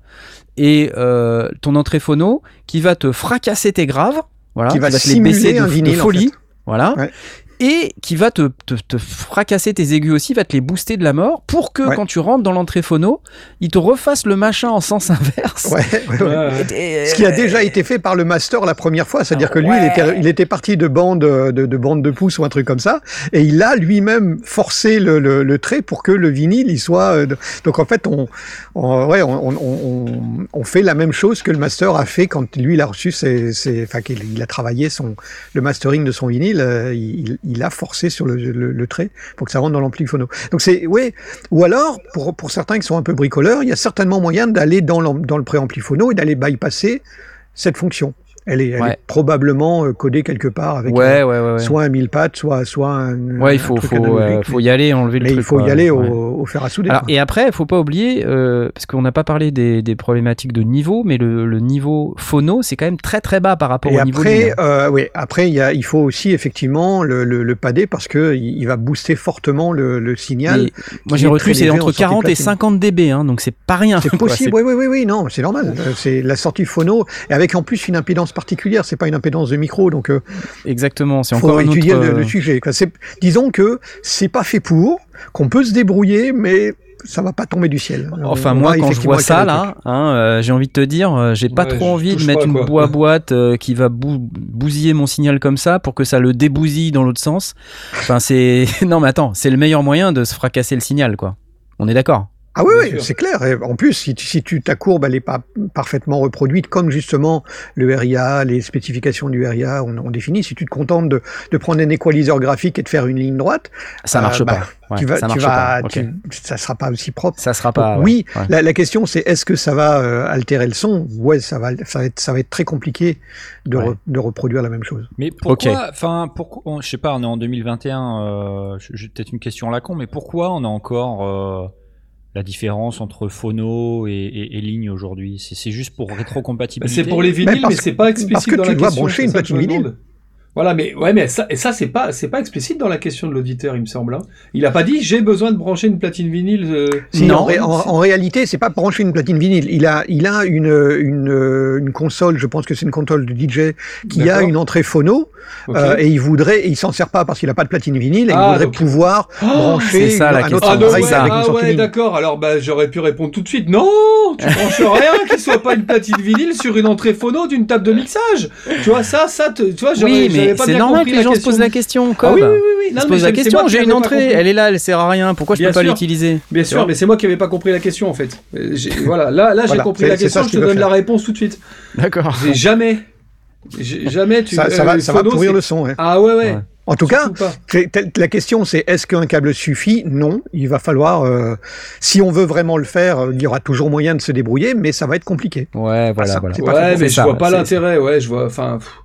et euh, ton entrée phono qui va te fracasser tes graves, voilà, Qui va te les simuler baisser de, un de vinyle, en folie, fait. voilà, Ouais. et qui va te, te, te fracasser tes aigus aussi, va te les booster de la mort pour que Ouais. quand tu rentres dans l'entrée phono, il te refasse le machin en sens inverse. Ouais, ouais, ouais. Ouais, ouais. Et- Ce qui a déjà été fait par le master la première fois, c'est-à-dire que lui, Ouais. il, était, il était parti de bande de, de bande de pouces ou un truc comme ça, et il a lui-même forcé le, le, le trait pour que le vinyle il soit. euh, de- Donc en fait, on, on, ouais, on, on, on, on fait la même chose que le master a fait quand lui il a reçu ses, ses, enfin qu'il il a travaillé son le mastering de son vinyle, euh, il, il a forcé sur le, le, le trait pour que ça rentre dans l'ampli phono. Donc c'est ouais. Ou alors pour pour certains qui sont un peu bricoleurs, il y a certainement moyen d'aller dans l'am- dans le préampli phono et d'aller bypasser cette fonction. Elle est, elle Ouais. est probablement euh, codée quelque part avec Ouais, euh, ouais, ouais, ouais. soit un mille pattes, soit soit un. Ouais, il un faut, truc faut, analogique, euh, faut y aller, enlever le mais truc. il faut quoi. y aller au, Ouais. au fer à souder. Alors, quoi. et après, il faut pas oublier, euh, parce qu'on n'a pas parlé des, des problématiques de niveau, mais le, le niveau phono, c'est quand même très très bas par rapport Et au niveau après, linéaire. euh, oui, après il y a, il faut aussi effectivement le, le, le pader parce que il, il va booster fortement le, le signal. Mais moi, qui j'ai est retenu, très c'est léger en entre sortie quarante et platine. cinquante décibels, hein, donc c'est pas rien. C'est quoi, possible, oui, oui, oui, oui, non, c'est normal. Euh, C'est la sortie phono, et avec en plus une impédance particulière, c'est pas une impédance de micro, donc euh, c'est- Exactement, c'est faut encore un autre. étudier le, euh, le sujet. quoi. C'est- Disons que c'est pas fait pour, qu'on peut se débrouiller, mais ça va pas tomber du ciel. Enfin, On moi, va quand je effectivement vois ça, altérer le là, hein, euh, j'ai envie de te dire, euh, j'ai pas Ouais, trop je envie de touche mettre pas, une quoi. boîte boîte euh, qui va bou- bousiller mon signal comme ça pour que ça le débousille dans l'autre sens. Enfin, c'est. Non, mais attends, c'est le meilleur moyen de se fracasser le signal, quoi. On est d'accord. Ah oui, Bien oui, sûr. c'est clair. Et en plus, si, tu- si tu, ta courbe elle n'est pas parfaitement reproduite, comme justement le R I A, les spécifications du R I A ont, ont défini, si tu te contentes de, de prendre un équaliseur graphique et de faire une ligne droite, Ça Euh, marche bah, pas. Ouais, tu vas, ça tu marche vas, pas. Ok. tu- ça sera pas aussi propre. Ça sera Donc, pas. ouais, oui, ouais. la, la question c'est est-ce que ça va euh, altérer le son? Ouais, ça va, ça va être, ça va être très compliqué de, Ouais. re- de reproduire la même chose. Mais pourquoi, enfin, pourquoi, on- je sais pas, on est en deux mille vingt et un, euh, j'ai peut-être une question à la con, mais pourquoi on a encore euh, la différence entre phono et, et, et ligne aujourd'hui? C'est c'est juste pour Bah, rétrocompatibilité. c'est pour les Mais vinyles, parce mais c'est pas que- explicite parce que dans tu la dois question. brancher c'est une ça que je platine me vinyle. demande. Voilà, mais ouais, mais ça, et ça c'est pas, c'est pas explicite dans la question de l'auditeur, il me semble. hein. Il a pas dit j'ai besoin de brancher une platine vinyle. euh, Si, Non, en, ré- en, en réalité, c'est pas brancher une platine vinyle. Il a, il a une, une, une console, je pense que c'est une console de D J, qui a D'accord. une entrée phono, ok. euh, et il voudrait, et il s'en sert pas parce qu'il a pas de platine vinyle, et Ah, il voudrait donc- pouvoir Oh, brancher c'est ça, la un autre question. Ah non, appareil ouais, ça. avec une ah sortie ouais, vinyle. d'accord. Alors bah j'aurais pu répondre tout de suite. Non, tu branches rien qui soit pas une platine vinyle sur une entrée phono d'une table de mixage. Tu vois ça, ça, te- tu vois, j'aurais, Oui, j'avais mais pas c'est bien normal compris que les la gens se question. posent la question. Ah Cobb. oui, oui, oui, oui. Ils Non, se mais posent la c'est- c'est question. moi qui J'ai une avais pas entrée, compris. elle est là, elle sert à rien. Pourquoi je Bien peux pas sûr. l'utiliser? Bien Tu sûr, vois mais c'est moi qui avais pas compris la question en fait. Euh, j'ai- Voilà, là, là, j'ai Voilà, compris c'est- la c'est question. ça ce Je te qu'il veut donne la faire. réponse tout de suite. D'accord. J'ai jamais, j'ai- jamais tu. Ça, ça euh, va, ça va phono, pourrir c'est- le son. ouais. Ah ouais, ouais. Ouais. En tout cas, Surtout pas. c'est- tel- la question c'est est-ce qu'un câble suffit? Non, il va falloir, euh, si on veut vraiment le faire, euh, il y aura toujours moyen de se débrouiller, mais ça va être compliqué. Ouais, voilà, ça, voilà. c'est pas Ouais, fait mais C'est je ça, vois pas c'est- l'intérêt. Ouais, je vois. Enfin, pff,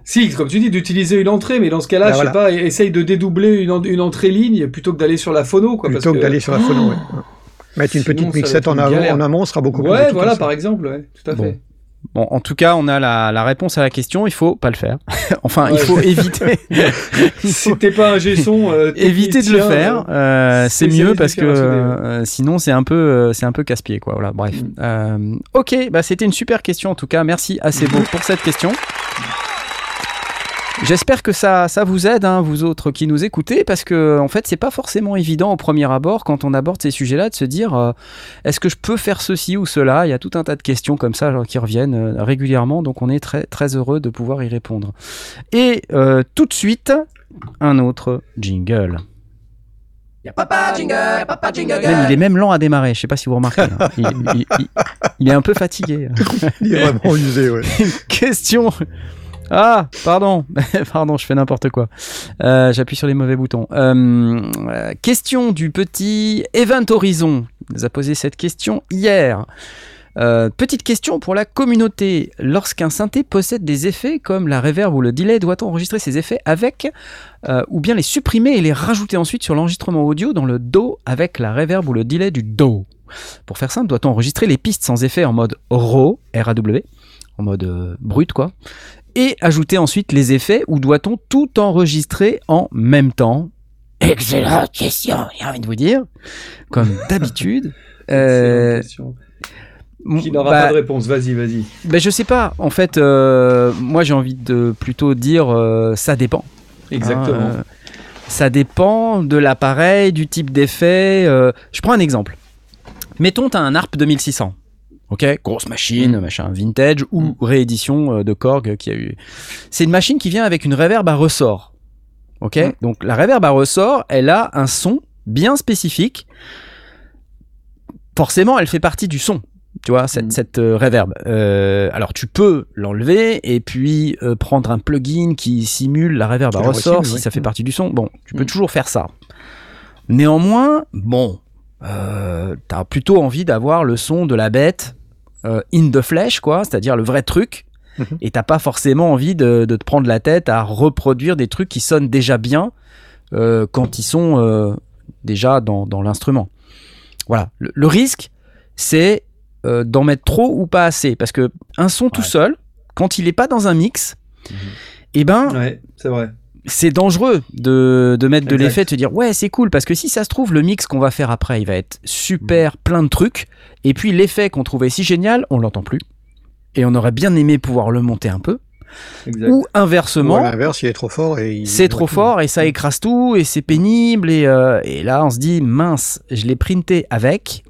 Si, comme tu dis, d'utiliser une entrée, mais dans ce cas-là, Bah, je voilà. sais pas, essaye de dédoubler une, en- une entrée ligne plutôt que d'aller sur la phono, quoi. Plutôt parce que d'aller sur la phono, ouais. Mettre une Sinon, petite ça va mixette être en, une avant, galère. en amont sera beaucoup plus Ouais, efficace. voilà, par exemple, ouais, tout à Bon. fait. Bon, en tout cas, on a la, la réponse à la question. Il faut pas le faire. enfin, il Ouais. faut éviter. il Si faut t'es pas un G-son, euh, éviter de le technicien, faire. euh, Euh, c'est spécialiste mieux du parce que fer à souder, ouais. euh, sinon c'est un peu, euh, c'est un peu casse-pied, quoi. Voilà. Bref. Mm. Euh, ok, bah c'était une super question en tout cas. Merci assez beau pour cette question. J'espère que ça, ça vous aide, hein, vous autres qui nous écoutez, parce que en fait, c'est pas forcément évident au premier abord quand on aborde ces sujets-là de se dire euh, est-ce que je peux faire ceci ou cela. Il y a tout un tas de questions comme ça genre, qui reviennent euh, régulièrement, donc on est très très heureux de pouvoir y répondre. Et euh, tout de suite, un autre jingle. Y'a papa jingle, y'a papa jingle. Même, il est même lent à démarrer. Je sais pas si vous remarquez. hein. Il, il- il- il est un peu fatigué. Il est vraiment usé, ouais. Question. Ah, pardon, pardon, je fais n'importe quoi. Euh, J'appuie sur les mauvais boutons. Euh, euh, question du petit Event Horizon. Il nous a posé cette question hier. Euh, petite question pour la communauté. Lorsqu'un synthé possède des effets comme la reverb ou le delay, doit-on enregistrer ces effets avec euh, ou bien les supprimer et les rajouter ensuite sur l'enregistrement audio dans le Do avec la reverb ou le delay du Do? Pour faire simple, doit-on enregistrer les pistes sans effet en mode RAW, R A W, en mode euh, brut quoi, et ajouter ensuite les effets, ou doit-on tout enregistrer en même temps? Excellente question, j'ai envie de vous dire. Comme d'habitude. euh, Excellente question. Qui n'aura bah, pas de réponse. Vas-y, vas-y. ben, je sais pas. En fait, euh, moi j'ai envie de plutôt dire euh, ça dépend. Exactement. Hein, euh, ça dépend de l'appareil, du type d'effet. euh, je prends un exemple. Mettons, tu as un A R P deux mille six cents. Ok, grosse machine, Mm. machin, vintage ou Mm. réédition euh, de Korg qui a eu. C'est une machine qui vient avec une reverb à ressort. Ok, Mm. donc la reverb à ressort, elle a un son bien spécifique. Forcément, elle fait partie du son. Tu vois, cette, Mm. cette euh, reverb. Euh, alors, tu peux l'enlever et puis euh, prendre un plugin qui simule la reverb à Qui le ressort resimule, si oui. ça fait partie du son. Bon, tu peux Mm. toujours faire ça. Néanmoins, bon, euh, t'as plutôt envie d'avoir le son de la bête euh, in the flesh, quoi, c'est-à-dire le vrai truc. Mhm. Et t'as pas forcément envie de, de te prendre la tête à reproduire des trucs qui sonnent déjà bien euh, quand ils sont euh, déjà dans, dans l'instrument. Voilà. Le, le risque, c'est euh, d'en mettre trop ou pas assez. Parce que un son tout Ouais. seul, quand il est pas dans un mix, Mhm. eh ben, Ouais, c'est vrai. c'est dangereux de, de mettre de Exact. l'effet, de te dire ouais c'est cool, parce que si ça se trouve le mix qu'on va faire après il va être super plein de trucs, et puis l'effet qu'on trouvait si génial on l'entend plus, et on aurait bien aimé pouvoir le monter un peu, Exact. ou Ou à inversement l'inverse, il est trop fort et il- c'est il trop voit tout. fort et ça écrase tout et c'est pénible, et, euh, et là on se dit mince je l'ai printé avec,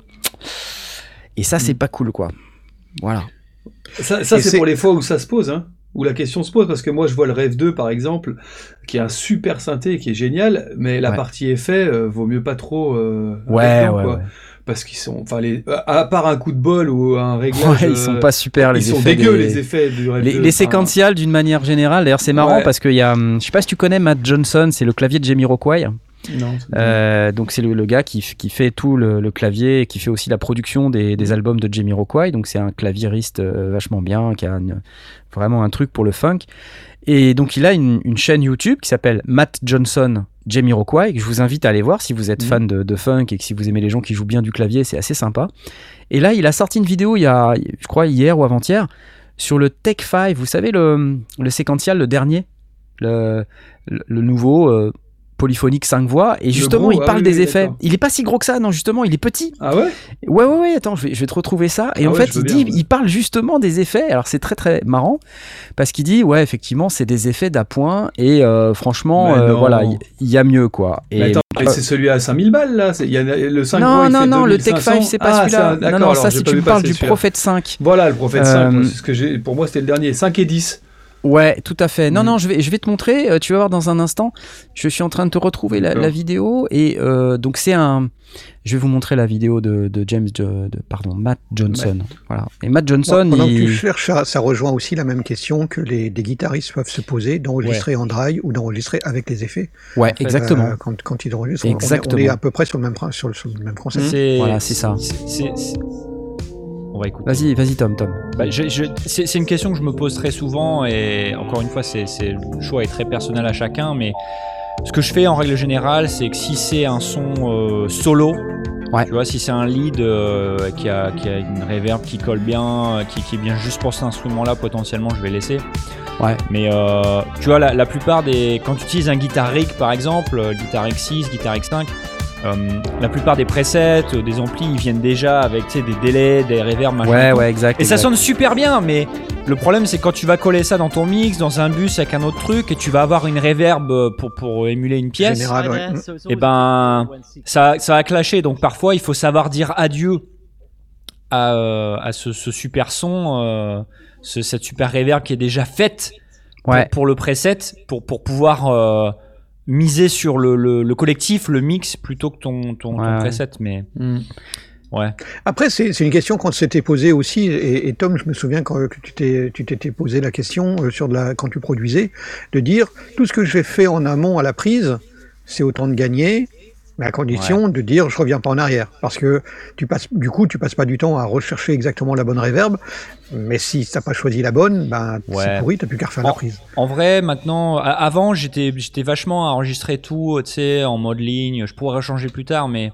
et ça c'est pas cool quoi. Voilà. Ça, ça Et c'est c'est- pour les fois où ça se pose, hein, où la question se pose, parce que moi je vois le Rev deux par exemple, qui est un super synthé, qui est génial, mais la Ouais. partie effet euh, vaut mieux pas trop. Euh, Ouais, là-dedans, ouais, quoi. ouais. Parce qu'ils sont, enfin les, à part un coup de bol ou un réglage, Ouais, ils sont euh, pas super les ils sont effets dégueux des- les effets du Rev Les, deux. les enfin, séquentials d'une manière générale, d'ailleurs c'est marrant Ouais. parce qu'il y a, hum, je sais pas si tu connais Matt Johnson, c'est le clavier de Jamiroquai. Non, c'est- Euh, donc c'est le, le gars qui, f- qui fait tout le, le clavier et qui fait aussi la production des, des albums de Jamiroquai. Donc c'est un claviériste euh, vachement bien, qui a une- vraiment un truc pour le funk. Et donc il a une, une chaîne YouTube qui s'appelle Matt Johnson Jamiroquai, que je vous invite à aller voir si vous êtes Mhm. fan de, de funk et que si vous aimez les gens qui jouent bien du clavier, c'est assez sympa. Et là il a sorti une vidéo il y a, je crois hier ou avant-hier, sur le Tech cinq, vous savez le, le séquential, le dernier, le, le, le nouveau euh, polyphonique cinq voix, et justement gros, il ah parle oui, des oui, effets. d'accord. Il est pas si gros que ça, non, justement, il est petit. Ah ouais. Ouais, ouais, ouais, attends, je vais, je vais te retrouver ça. Et Ah en ouais, fait, je veux il bien, dit, ouais. il parle justement des effets. Alors c'est très très marrant, parce qu'il dit, ouais, effectivement, c'est des effets d'appoint, et euh, franchement, Mais euh, non. voilà, il il y, a mieux, quoi. Et Mais attends, mais euh, c'est celui à cinq mille balles là. C'est- Il y a le cinq non, voix, il non, fait non, le deux Tech mille cinq cinq, cents. c'est pas Ah, celui-là. ça, Non, d'accord, non, alors, ça, j'ai si pas tu vu me parles passer du celui-là. Prophet cinq. Voilà, le Prophète cinq, Euh, moi, c'est ce que j'ai. Pour moi, c'était le dernier, cinq et dix. Ouais, tout à fait. Non, Mhm. non, je vais, je vais te montrer. euh, tu vas voir dans un instant. Je suis en train de te retrouver la, D'accord. la vidéo. Et euh, donc, c'est un. Je vais vous montrer la vidéo de, de James. De, de- pardon, Matt Johnson. Voilà. Et Matt Johnson, Pendant que il. tu cherches, ça, ça rejoint aussi la même question que les des guitaristes peuvent se poser d'enregistrer en dry ou d'enregistrer avec les effets. Ouais, exactement. Euh, quand, quand ils enregistrent, on- on est- Exactement. on est à peu près sur le même, prin- sur le, sur le même concept. Voilà, c'est ça. c'est- c'est- On va écouter. Vas-y, vas-y Tom, Tom. Bah, je, je, c'est, c'est une question que je me pose très souvent et encore une fois, c'est, c'est, le choix est très personnel à chacun, mais ce que je fais en règle générale, c'est que si c'est un son euh, solo, ouais. tu vois, si c'est un lead euh, qui, a, qui a une reverb qui colle bien, qui, qui est bien juste pour cet instrument-là, potentiellement, je vais laisser. Ouais. Mais euh, tu vois, la, la plupart des... Quand tu utilises un Guitar Rig, par exemple, euh, Guitar X six, Guitar X cinq, euh, la plupart des presets, euh, des amplis, ils viennent déjà avec des délais, des reverbs, machin. Ouais, ouais, exact. Et exact. ça sonne super bien, mais le problème, c'est quand tu vas coller ça dans ton mix, dans un bus avec un autre truc, et tu vas avoir une reverb pour, pour émuler une pièce, Général, ouais. et ben, ça, ça va clasher. Donc parfois, il faut savoir dire adieu à, euh, à ce, ce super son, euh, ce, cette super reverb qui est déjà faite pour, ouais. pour le preset, pour, pour pouvoir euh, miser sur le, le, le collectif, le mix, plutôt que ton, ton, ouais. ton preset. Mais... Mm. Ouais. Après, c'est, c'est une question qu'on s'était posée aussi, et, et Tom, je me souviens quand, que tu, t'es, tu t'étais posé la question euh, sur de la, quand tu produisais, de dire tout ce que j'ai fait en amont à la prise, c'est autant de gagner, mais à condition ouais. de dire je reviens pas en arrière, parce que tu passes, du coup, tu passes pas du temps à rechercher exactement la bonne reverb, mais si t'as pas choisi la bonne, ben ouais. c'est pourri, t'as plus qu'à refaire en, la prise. En vrai, maintenant, avant, j'étais, j'étais vachement à enregistrer tout, tu sais, en mode ligne. Je pourrais changer plus tard, mais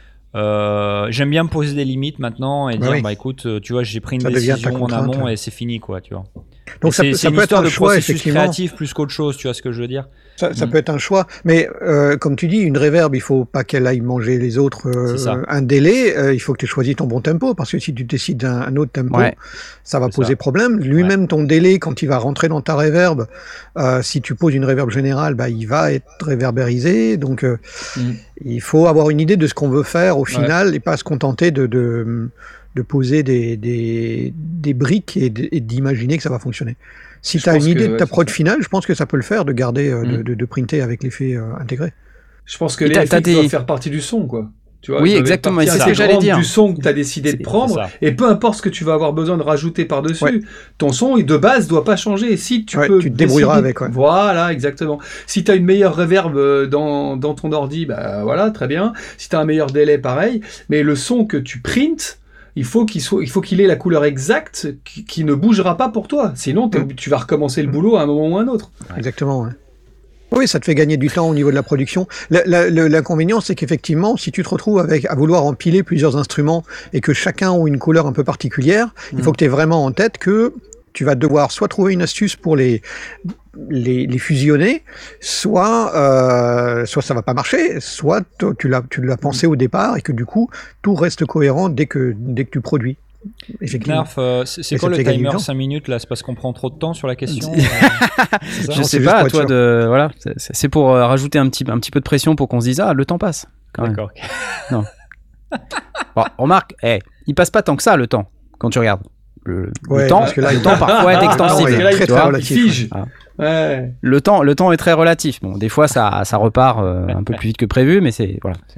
Euh, j'aime bien me poser des limites maintenant et dire oui. bah écoute, tu vois, j'ai pris une ça décision en amont ouais. et c'est fini quoi, tu vois. Donc ça, c'est, peut, c'est ça une peut histoire être un de choix, processus effectivement. créatif plus qu'autre chose, tu vois ce que je veux dire. Ça, ça mmh. peut être un choix, mais euh, comme tu dis, une reverb, il faut pas qu'elle aille manger les autres. Euh, un délai, euh, il faut que tu choisisses ton bon tempo, parce que si tu décides un, un autre tempo, ouais. ça va c'est poser ça. problème. Lui-même, ouais. ton délai, quand il va rentrer dans ta reverb, euh, si tu poses une reverb générale, bah, il va être réverbérisé. Donc, euh, mmh. il faut avoir une idée de ce qu'on veut faire au final ouais. et pas se contenter de, de, de poser des, des, des briques et, de, et d'imaginer que ça va fonctionner. Si tu as une idée que, de ta ouais, prod finale, je pense que ça peut le faire de garder, euh, mmh. de, de, de printer avec l'effet euh, intégré. Je pense que et les effets des... doivent faire partie du son, quoi. Tu vois, oui, exactement, et c'est ce que j'allais dire. Du son que tu as décidé c'est, de prendre, et peu importe ce que tu vas avoir besoin de rajouter par-dessus, ouais. ton son de base ne doit pas changer. Et si tu ouais, peux tu te débrouilleras avec. Ouais. Voilà, exactement. Si tu as une meilleure reverb dans, dans ton ordi, bah voilà, très bien. Si tu as un meilleur délai, pareil. Mais le son que tu printes, il faut qu'il soit, il faut qu'il ait la couleur exacte qui, qui ne bougera pas pour toi. Sinon, mmh. tu vas recommencer le boulot à un moment ou à un autre. Exactement, ouais. Oui, ça te fait gagner du temps au niveau de la production. La, la, le, l'inconvénient, c'est qu'effectivement, si tu te retrouves avec, à vouloir empiler plusieurs instruments et que chacun a une couleur un peu particulière, mmh. il faut que tu aies vraiment en tête que tu vas devoir soit trouver une astuce pour les, les, les fusionner, soit, euh, soit ça va pas marcher, soit tu l'as, tu l'as pensé mmh. au départ et que du coup, tout reste cohérent dès que, dès que tu produis. Knarf, euh, c'est, c'est quoi le timer cinq minutes là? C'est parce qu'on prend trop de temps sur la question euh... Je sais pas, à toi de. Voilà, c'est, c'est pour euh, rajouter un petit, un petit peu de pression pour qu'on se dise ah, le temps passe. Quand D'accord. Même. Non. Bon, remarque, hey, il passe pas tant que ça le temps quand tu regardes. Le, ouais, le temps, parce que là, le temps parfois est extensible. Ah, non, là, il est très relatif. Ah. Ouais. Le temps, le temps est très relatif. Bon, des fois, ça, ça repart euh, un peu plus vite que prévu, mais c'est voilà. C'est...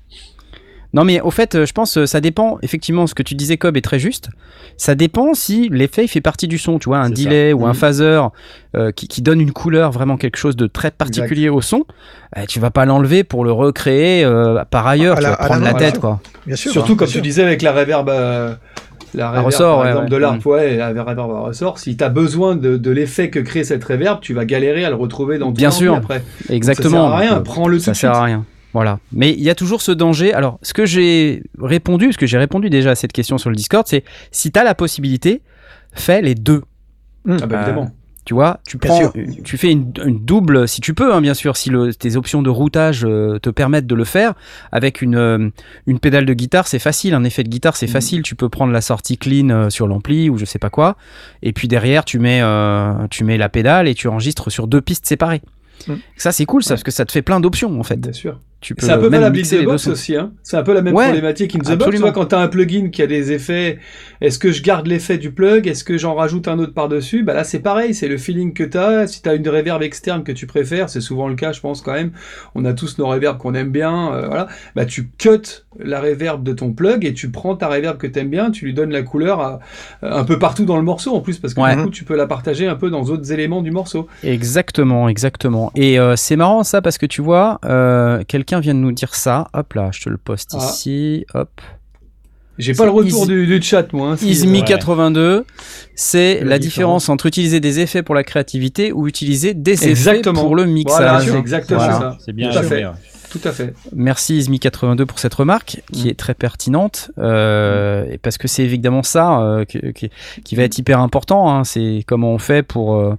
Non mais au fait, je pense ça dépend, effectivement, ce que tu disais Cobb est très juste, ça dépend si l'effet il fait partie du son, tu vois, un c'est delay ça. ou mmh. un phaser euh, qui, qui donne une couleur, vraiment quelque chose de très particulier exact. Au son, euh, tu vas pas l'enlever pour le recréer euh, par ailleurs, à tu la, vas prendre la, la tête, quoi. Bien sûr. Surtout hein, comme tu sûr. disais avec la reverb, euh, la reverb ressort, par ouais, exemple ouais. de l'harpe, mmh. ouais, la reverb à ressort, si tu as besoin de, de l'effet que crée cette reverb, tu vas galérer à le retrouver dans ton bien sûr. après. Exactement. Donc, ça sert à rien, prends-le tout ça de suite. Ça sert à rien. Voilà. Mais il y a toujours ce danger. Alors, ce que j'ai répondu, ce que j'ai répondu déjà à cette question sur le Discord, c'est si tu as la possibilité, fais les deux. Mmh. Ah bah euh, évidemment. Tu vois, tu prends, tu fais une, une double, si tu peux, hein, bien sûr, si le, tes options de routage euh, te permettent de le faire. Avec une, euh, une pédale de guitare, c'est facile. Un effet de guitare, c'est mmh. facile. Tu peux prendre la sortie clean euh, sur l'ampli ou je sais pas quoi. Et puis derrière, tu mets, euh, tu mets la pédale et tu enregistres sur deux pistes séparées. Mmh. Ça, c'est cool, ça, ouais. parce que ça te fait plein d'options, en fait. Bien sûr. Tu peux c'est un peu même la Build the Box aussi, hein. C'est un peu la même ouais, problématique in the box. Tu vois, quand tu as un plugin qui a des effets, est-ce que je garde l'effet du plug? Est-ce que j'en rajoute un autre par-dessus? Bah là, c'est pareil, c'est le feeling que tu as. Si tu as une reverb externe que tu préfères, c'est souvent le cas, je pense, quand même. On a tous nos reverbs qu'on aime bien, euh, voilà. Bah, tu cut la reverb de ton plug et tu prends ta reverb que tu aimes bien, tu lui donnes la couleur à, euh, un peu partout dans le morceau, en plus, parce que ouais. du coup, tu peux la partager un peu dans d'autres éléments du morceau. Exactement, exactement. Et euh, c'est marrant, ça, parce que tu vois, euh, quelqu'un vient de nous dire ça. Hop là, je te le poste ah. ici. Hop. J'ai pas le retour du, du chat, moi. Hein, si... Ismi Ouais. quatre-vingt-deux, c'est La la différence. différence entre utiliser des effets pour la créativité ou utiliser des Exactement. effets pour le Voilà, mixage. c'est exactement Voilà. ça. C'est bien Tout à joué, fait. ouais. Tout à fait. Merci Ismi quatre-vingt-deux pour cette remarque qui Mm. est très pertinente euh, et parce que c'est évidemment ça euh, qui, qui, qui va être hyper important. Hein. C'est comment on fait pour, euh,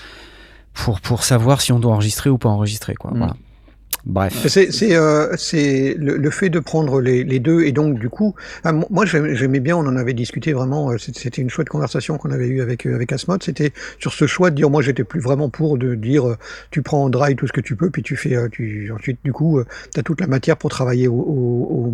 pour, pour savoir si on doit enregistrer ou pas enregistrer. Quoi. Mm. Voilà. Bref. C'est c'est euh, c'est le, le fait de prendre les, les deux et donc du coup, ah, mo- moi j'aimais j'aimais bien, on en avait discuté vraiment, euh, c'est- c'était une chouette conversation qu'on avait eue avec euh, avec Asmod, c'était sur ce choix de dire, moi j'étais plus vraiment pour de dire euh, tu prends en dry tout ce que tu peux puis tu fais euh, tu ensuite du coup euh, t'as toute la matière pour travailler au, au, au,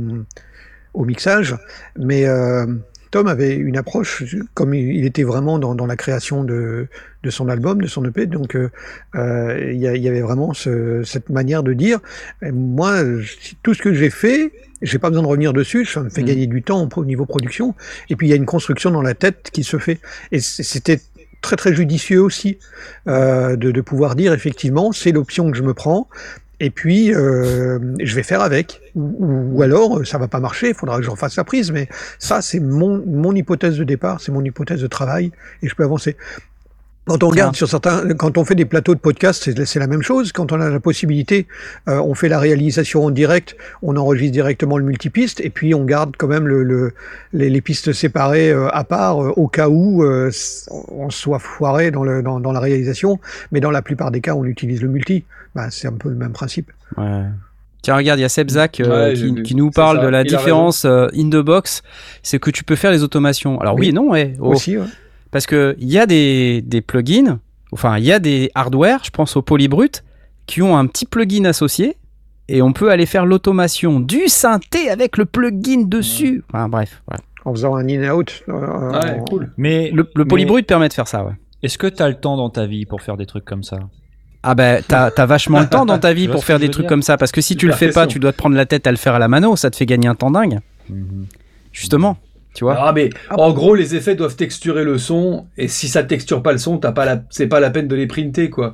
au mixage, mais euh, Tom avait une approche, comme il il était vraiment dans, dans la création de, de son album, de son E P, donc euh, euh, il y, a- il y avait vraiment ce- cette manière de dire, eh, moi, je- tout ce que j'ai fait, j'ai pas besoin de revenir dessus, ça me fait Mm. gagner du temps au niveau production, et puis il y a une construction dans la tête qui se fait, et c- c'était très très judicieux aussi euh, de, de pouvoir dire effectivement, c'est l'option que je me prends. Et puis, euh, je vais faire avec. Ou, ou- ou alors, ça va pas marcher, il faudra que j'en fasse la prise. Mais ça, c'est mon, mon hypothèse de départ, c'est mon hypothèse de travail, et je peux avancer. Quand on regarde sur certains, quand on fait des plateaux de podcast, c'est c'est la même chose. Quand on a la possibilité, euh, on fait la réalisation en direct, on enregistre directement le multipiste, et puis on garde quand même le, le, les, les pistes séparées euh, à part, euh, au cas où euh, on soit foiré dans, le, dans, dans la réalisation. Mais dans la plupart des cas, on utilise le multi. Bah, c'est un peu le même principe. Ouais. Tiens, regarde, il y a Sebzak euh, Ouais, j'ai qui, vu. qui nous C'est parle ça, de la il a différence euh, in the box. C'est que tu peux faire les automations. Alors oui, Oui. et non, ouais. Oh. Aussi, ouais. Parce que il y a des, des plugins, enfin il y a des hardware, je pense au Polybrut, qui ont un petit plugin associé et on peut aller faire l'automation du synthé avec le plugin dessus. Enfin bref, voilà. En faisant un in-out. Euh, Ouais, en- cool. Mais Le, le mais Polybrut permet de faire ça, ouais. Est-ce que t'as le temps dans ta vie pour faire des trucs comme ça? Ah ben t'as t'as vachement le temps dans ta vie Tu vois pour ce faire que je des veux trucs dire comme ça, parce que si tu le Super fais pas, pression. tu dois te prendre la tête à le faire à la mano, ça te fait gagner un temps dingue, Mhm. justement. Tu vois. Ah mais en gros les effets doivent texturer le son et si ça texture pas le son t'as pas la c'est pas la peine de les printer quoi.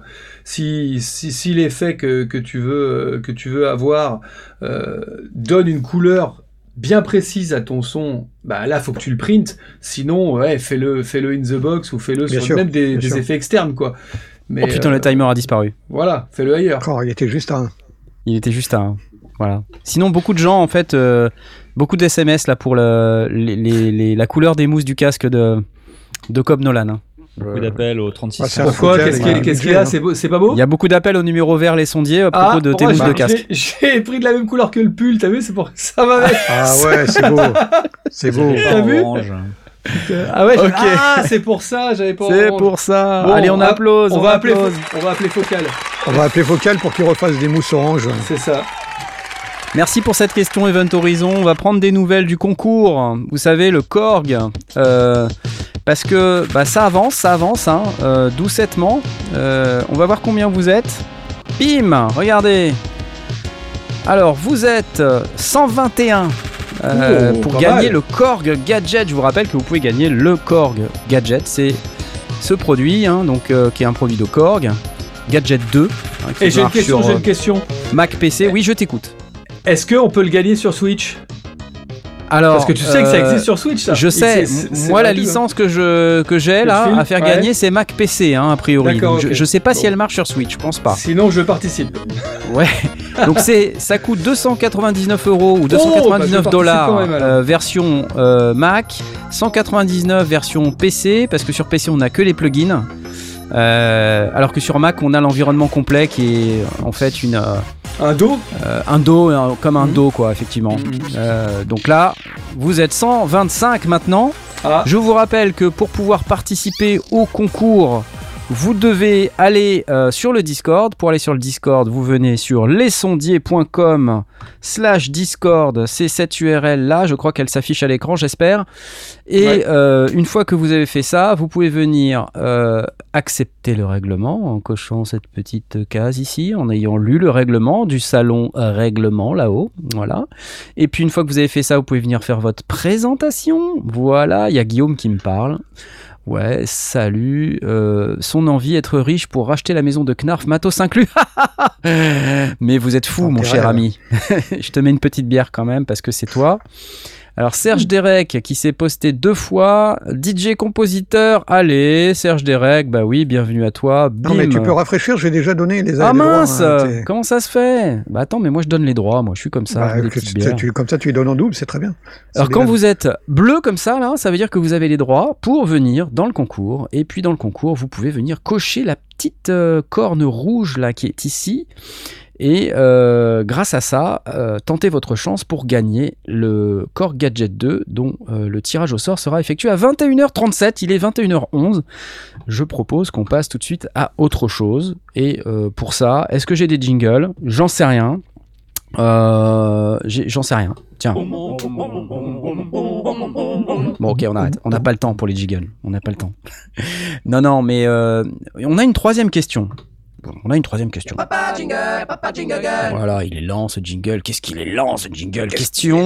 Si si, si l'effet que, que tu veux que tu veux avoir euh, donne une couleur bien précise à ton son, bah là faut que tu le printes. Sinon ouais fais-le fais-le in the box ou fais-le Bien sur sûr, même des, bien des sûr. effets externes quoi. Mais Oh putain, euh, le timer a disparu. voilà fais-le ailleurs. Encore, il était juste un. Il était juste à un. Voilà. Sinon, beaucoup de gens, en fait, euh, beaucoup de S M S là pour le, les, les- les- la couleur des mousses du casque de, de Cobb Nolan. hein. Beaucoup d'appels au trente-six. Ah, ça- Pourquoi Focal, qu'est-ce qu'il y a, il y a qu'est-ce un qu'il y a budget, c'est beau- c'est pas beau. Il y a beaucoup d'appels au numéro vert les sondiers à propos de tes moi, mousses de j'ai- casque. j'ai j'ai pris de la même couleur que le pull, t'as vu, c'est pour ça va avec. Ah ouais, c'est beau. C'est beau. T'as vu Orange. Ah ouais, je- Ok. ah, c'est pour ça, j'avais pas C'est orange. pour ça. Bon, Allez, on, on va- applause. On va appeler, applause. on va appeler Focal. On va appeler Focal pour qu'il refasse des mousses oranges. C'est ça. Merci pour cette question, Event Horizon. On va prendre des nouvelles du concours. Vous savez, le Korg. Euh, parce que bah, ça avance, ça avance, hein, euh, doucettement. Euh, on va voir combien vous êtes. Bim, regardez. Alors, vous êtes cent vingt et un euh, Oh, pour pas gagner mal. le Korg Gadget. Je vous rappelle que vous pouvez gagner le Korg Gadget. C'est ce produit, hein, donc, euh, qui est un produit de Korg. Gadget deux. hein, qui Et j'ai une marche question, sur, j'ai euh, une question. Mac P C. Oui, je t'écoute. Est-ce qu'on peut le gagner sur Switch? Alors, Parce que tu sais que ça euh, existe sur Switch, ça. Je Et sais, c'est- c'est- c'est moi la gratuit, hein. licence que je que j'ai Que là tu files, à faire ouais. gagner c'est Mac P C hein, a priori. D'accord, Donc, je, ok. je sais pas si Bon. elle marche sur Switch, je pense pas. Sinon, je participe. Ouais. Donc c'est ça coûte deux cent quatre-vingt-dix-neuf euros ou deux cent Oh, bah, quatre-vingt-dix-neuf je dollars participe quand même, alors. euh, version euh, Mac, cent quatre-vingt-dix-neuf version P C parce que sur P C on a que les plugins. Euh, alors que sur Mac on a l'environnement complet qui est en fait une euh, Un dos euh, un dos un- comme un Mhm. dos quoi effectivement. Mhm. Euh, donc là vous êtes cent vingt-cinq maintenant. Ah, Je vous rappelle que pour pouvoir participer au concours, vous devez aller euh, sur le Discord. Pour aller sur le Discord, vous venez sur lesondiers.com slash Discord. C'est cette U R L-là, je crois qu'elle s'affiche à l'écran, j'espère. Et Ouais. euh, une fois que vous avez fait ça, vous pouvez venir euh, accepter le règlement en cochant cette petite case ici, en ayant lu le règlement du salon règlement là-haut. Voilà. Et puis une fois que vous avez fait ça, vous pouvez venir faire votre présentation. Voilà, il y a Guillaume qui me parle. Ouais, salut. Euh, son envie être riche pour racheter la maison de Knarf, matos inclus. Mais vous êtes fou, mon Intérêt, cher ouais. ami. Je te mets une petite bière quand même parce que c'est toi. Alors Serge Derek qui s'est posté deux fois, D J compositeur, allez, Serge Derek, bah oui, bienvenue à toi. Bim. Non mais tu peux rafraîchir, j'ai déjà donné les, ah les mince, droits. Hein, comment ça se fait? Bah attends, mais moi je donne les droits, moi je suis comme ça. Bah, des que, petites tu, bières. tu, comme ça tu les donnes en double, c'est très bien. C'est Alors quand bien. vous êtes bleu comme ça, là, ça veut dire que vous avez les droits pour venir dans le concours. Et puis dans le concours, vous pouvez venir cocher la petite euh, corne rouge là qui est ici. Et euh, grâce à ça, euh, tentez votre chance pour gagner le Korg Gadget deux dont euh, le tirage au sort sera effectué à vingt et une heures trente-sept. Il est vingt et une heures onze. Je propose qu'on passe tout de suite à autre chose. Et euh, pour ça, est-ce que j'ai des jingles? J'en sais rien. Euh, j'ai, j'en sais rien. Tiens. Bon, ok, on arrête. On n'a pas le temps pour les jingles. On n'a pas le temps. non, non, mais euh, on a une troisième question. On a une troisième question. Papa jingle, papa jingle. Voilà, il est lent ce jingle. Qu'est-ce qu'il est lent ce jingle? Question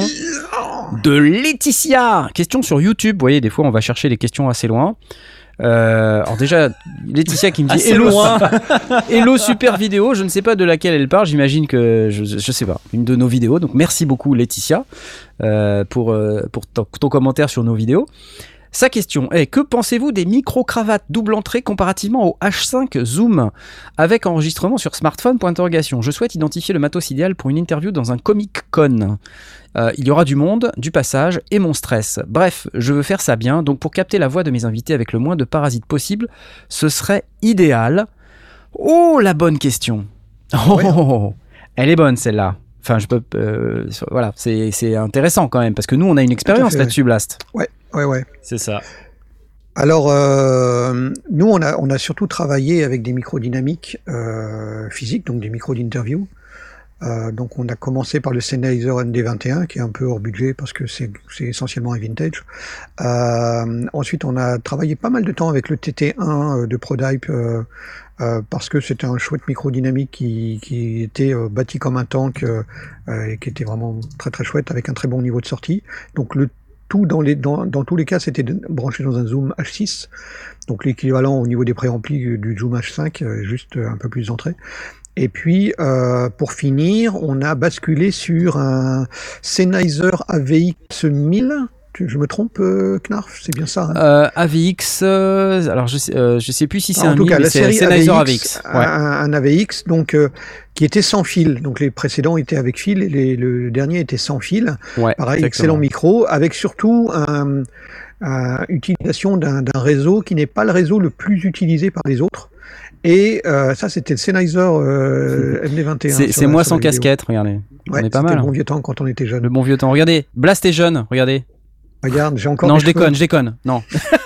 de Laetitia. Question sur YouTube. Vous voyez, des fois on va chercher les questions assez loin. Euh, alors déjà, Laetitia qui me dit Assez hello, loin. hello super vidéo. Je ne sais pas de laquelle elle parle. J'imagine que je, je sais pas, une de nos vidéos. Donc merci beaucoup Laetitia euh, pour euh, pour ton, ton commentaire sur nos vidéos. Sa question est: que pensez-vous des micro-cravates double entrée comparativement au H cinq Zoom avec enregistrement sur smartphone? Point d'interrogation. Je souhaite identifier le matos idéal pour une interview dans un Comic-Con. Euh, il y aura du monde, du passage et mon stress. Bref, je veux faire ça bien, donc pour capter la voix de mes invités avec le moins de parasites possible, ce serait idéal. Oh, la bonne question. Oh, Ouais. elle est bonne celle-là. Enfin, je peux. Euh, voilà, c'est, c'est intéressant quand même parce que nous, on a une expérience fait, là-dessus, Blast. Ouais, ouais, ouais. C'est ça. Alors, euh, nous, on a, on a surtout travaillé avec des micros dynamiques euh, physiques, donc des micros d'interview. Euh, donc, on a commencé par le Sennheiser N D vingt et un, qui est un peu hors budget parce que c'est, c'est essentiellement un vintage. Euh, ensuite, on a travaillé pas mal de temps avec le T T un de ProDype euh, euh, parce que c'était un chouette micro dynamique qui, qui était euh, bâti comme un tank euh, euh, et qui était vraiment très très chouette avec un très bon niveau de sortie. Donc, le tout dans, les, dans, dans tous les cas, c'était de, branché dans un Zoom H six, donc l'équivalent au niveau des préamplis du Zoom H cinq, euh, juste un peu plus d'entrée. Et puis, euh, pour finir, on a basculé sur un Sennheiser A V X mille. Tu- Je me trompe, euh, Knarf, c'est bien ça, hein? Euh, A V X, euh, alors je sais, euh, je sais plus si c'est En un tout mille, cas, mais la c'est série Sennheiser A A V V X, X. un, Ouais. un A V X, donc euh, qui était sans fil. Donc les précédents étaient avec fil et les- le dernier était sans fil. Ouais, Pareil, exactement. excellent micro, avec surtout un, un- utilisation d'un, d'un réseau qui n'est pas le réseau le plus utilisé par les autres. Et euh, ça, c'était le Sennheiser euh, M D vingt et un. C'est, sur c'est la- moi sur sans la vidéo. casquette, regardez. On Ouais, est pas c'était mal. le bon hein. vieux temps quand on était jeune. Le bon vieux temps. Regardez, Blast est jeune, regardez. Regarde, j'ai encore Non, des je cheveux. déconne, je déconne. Non.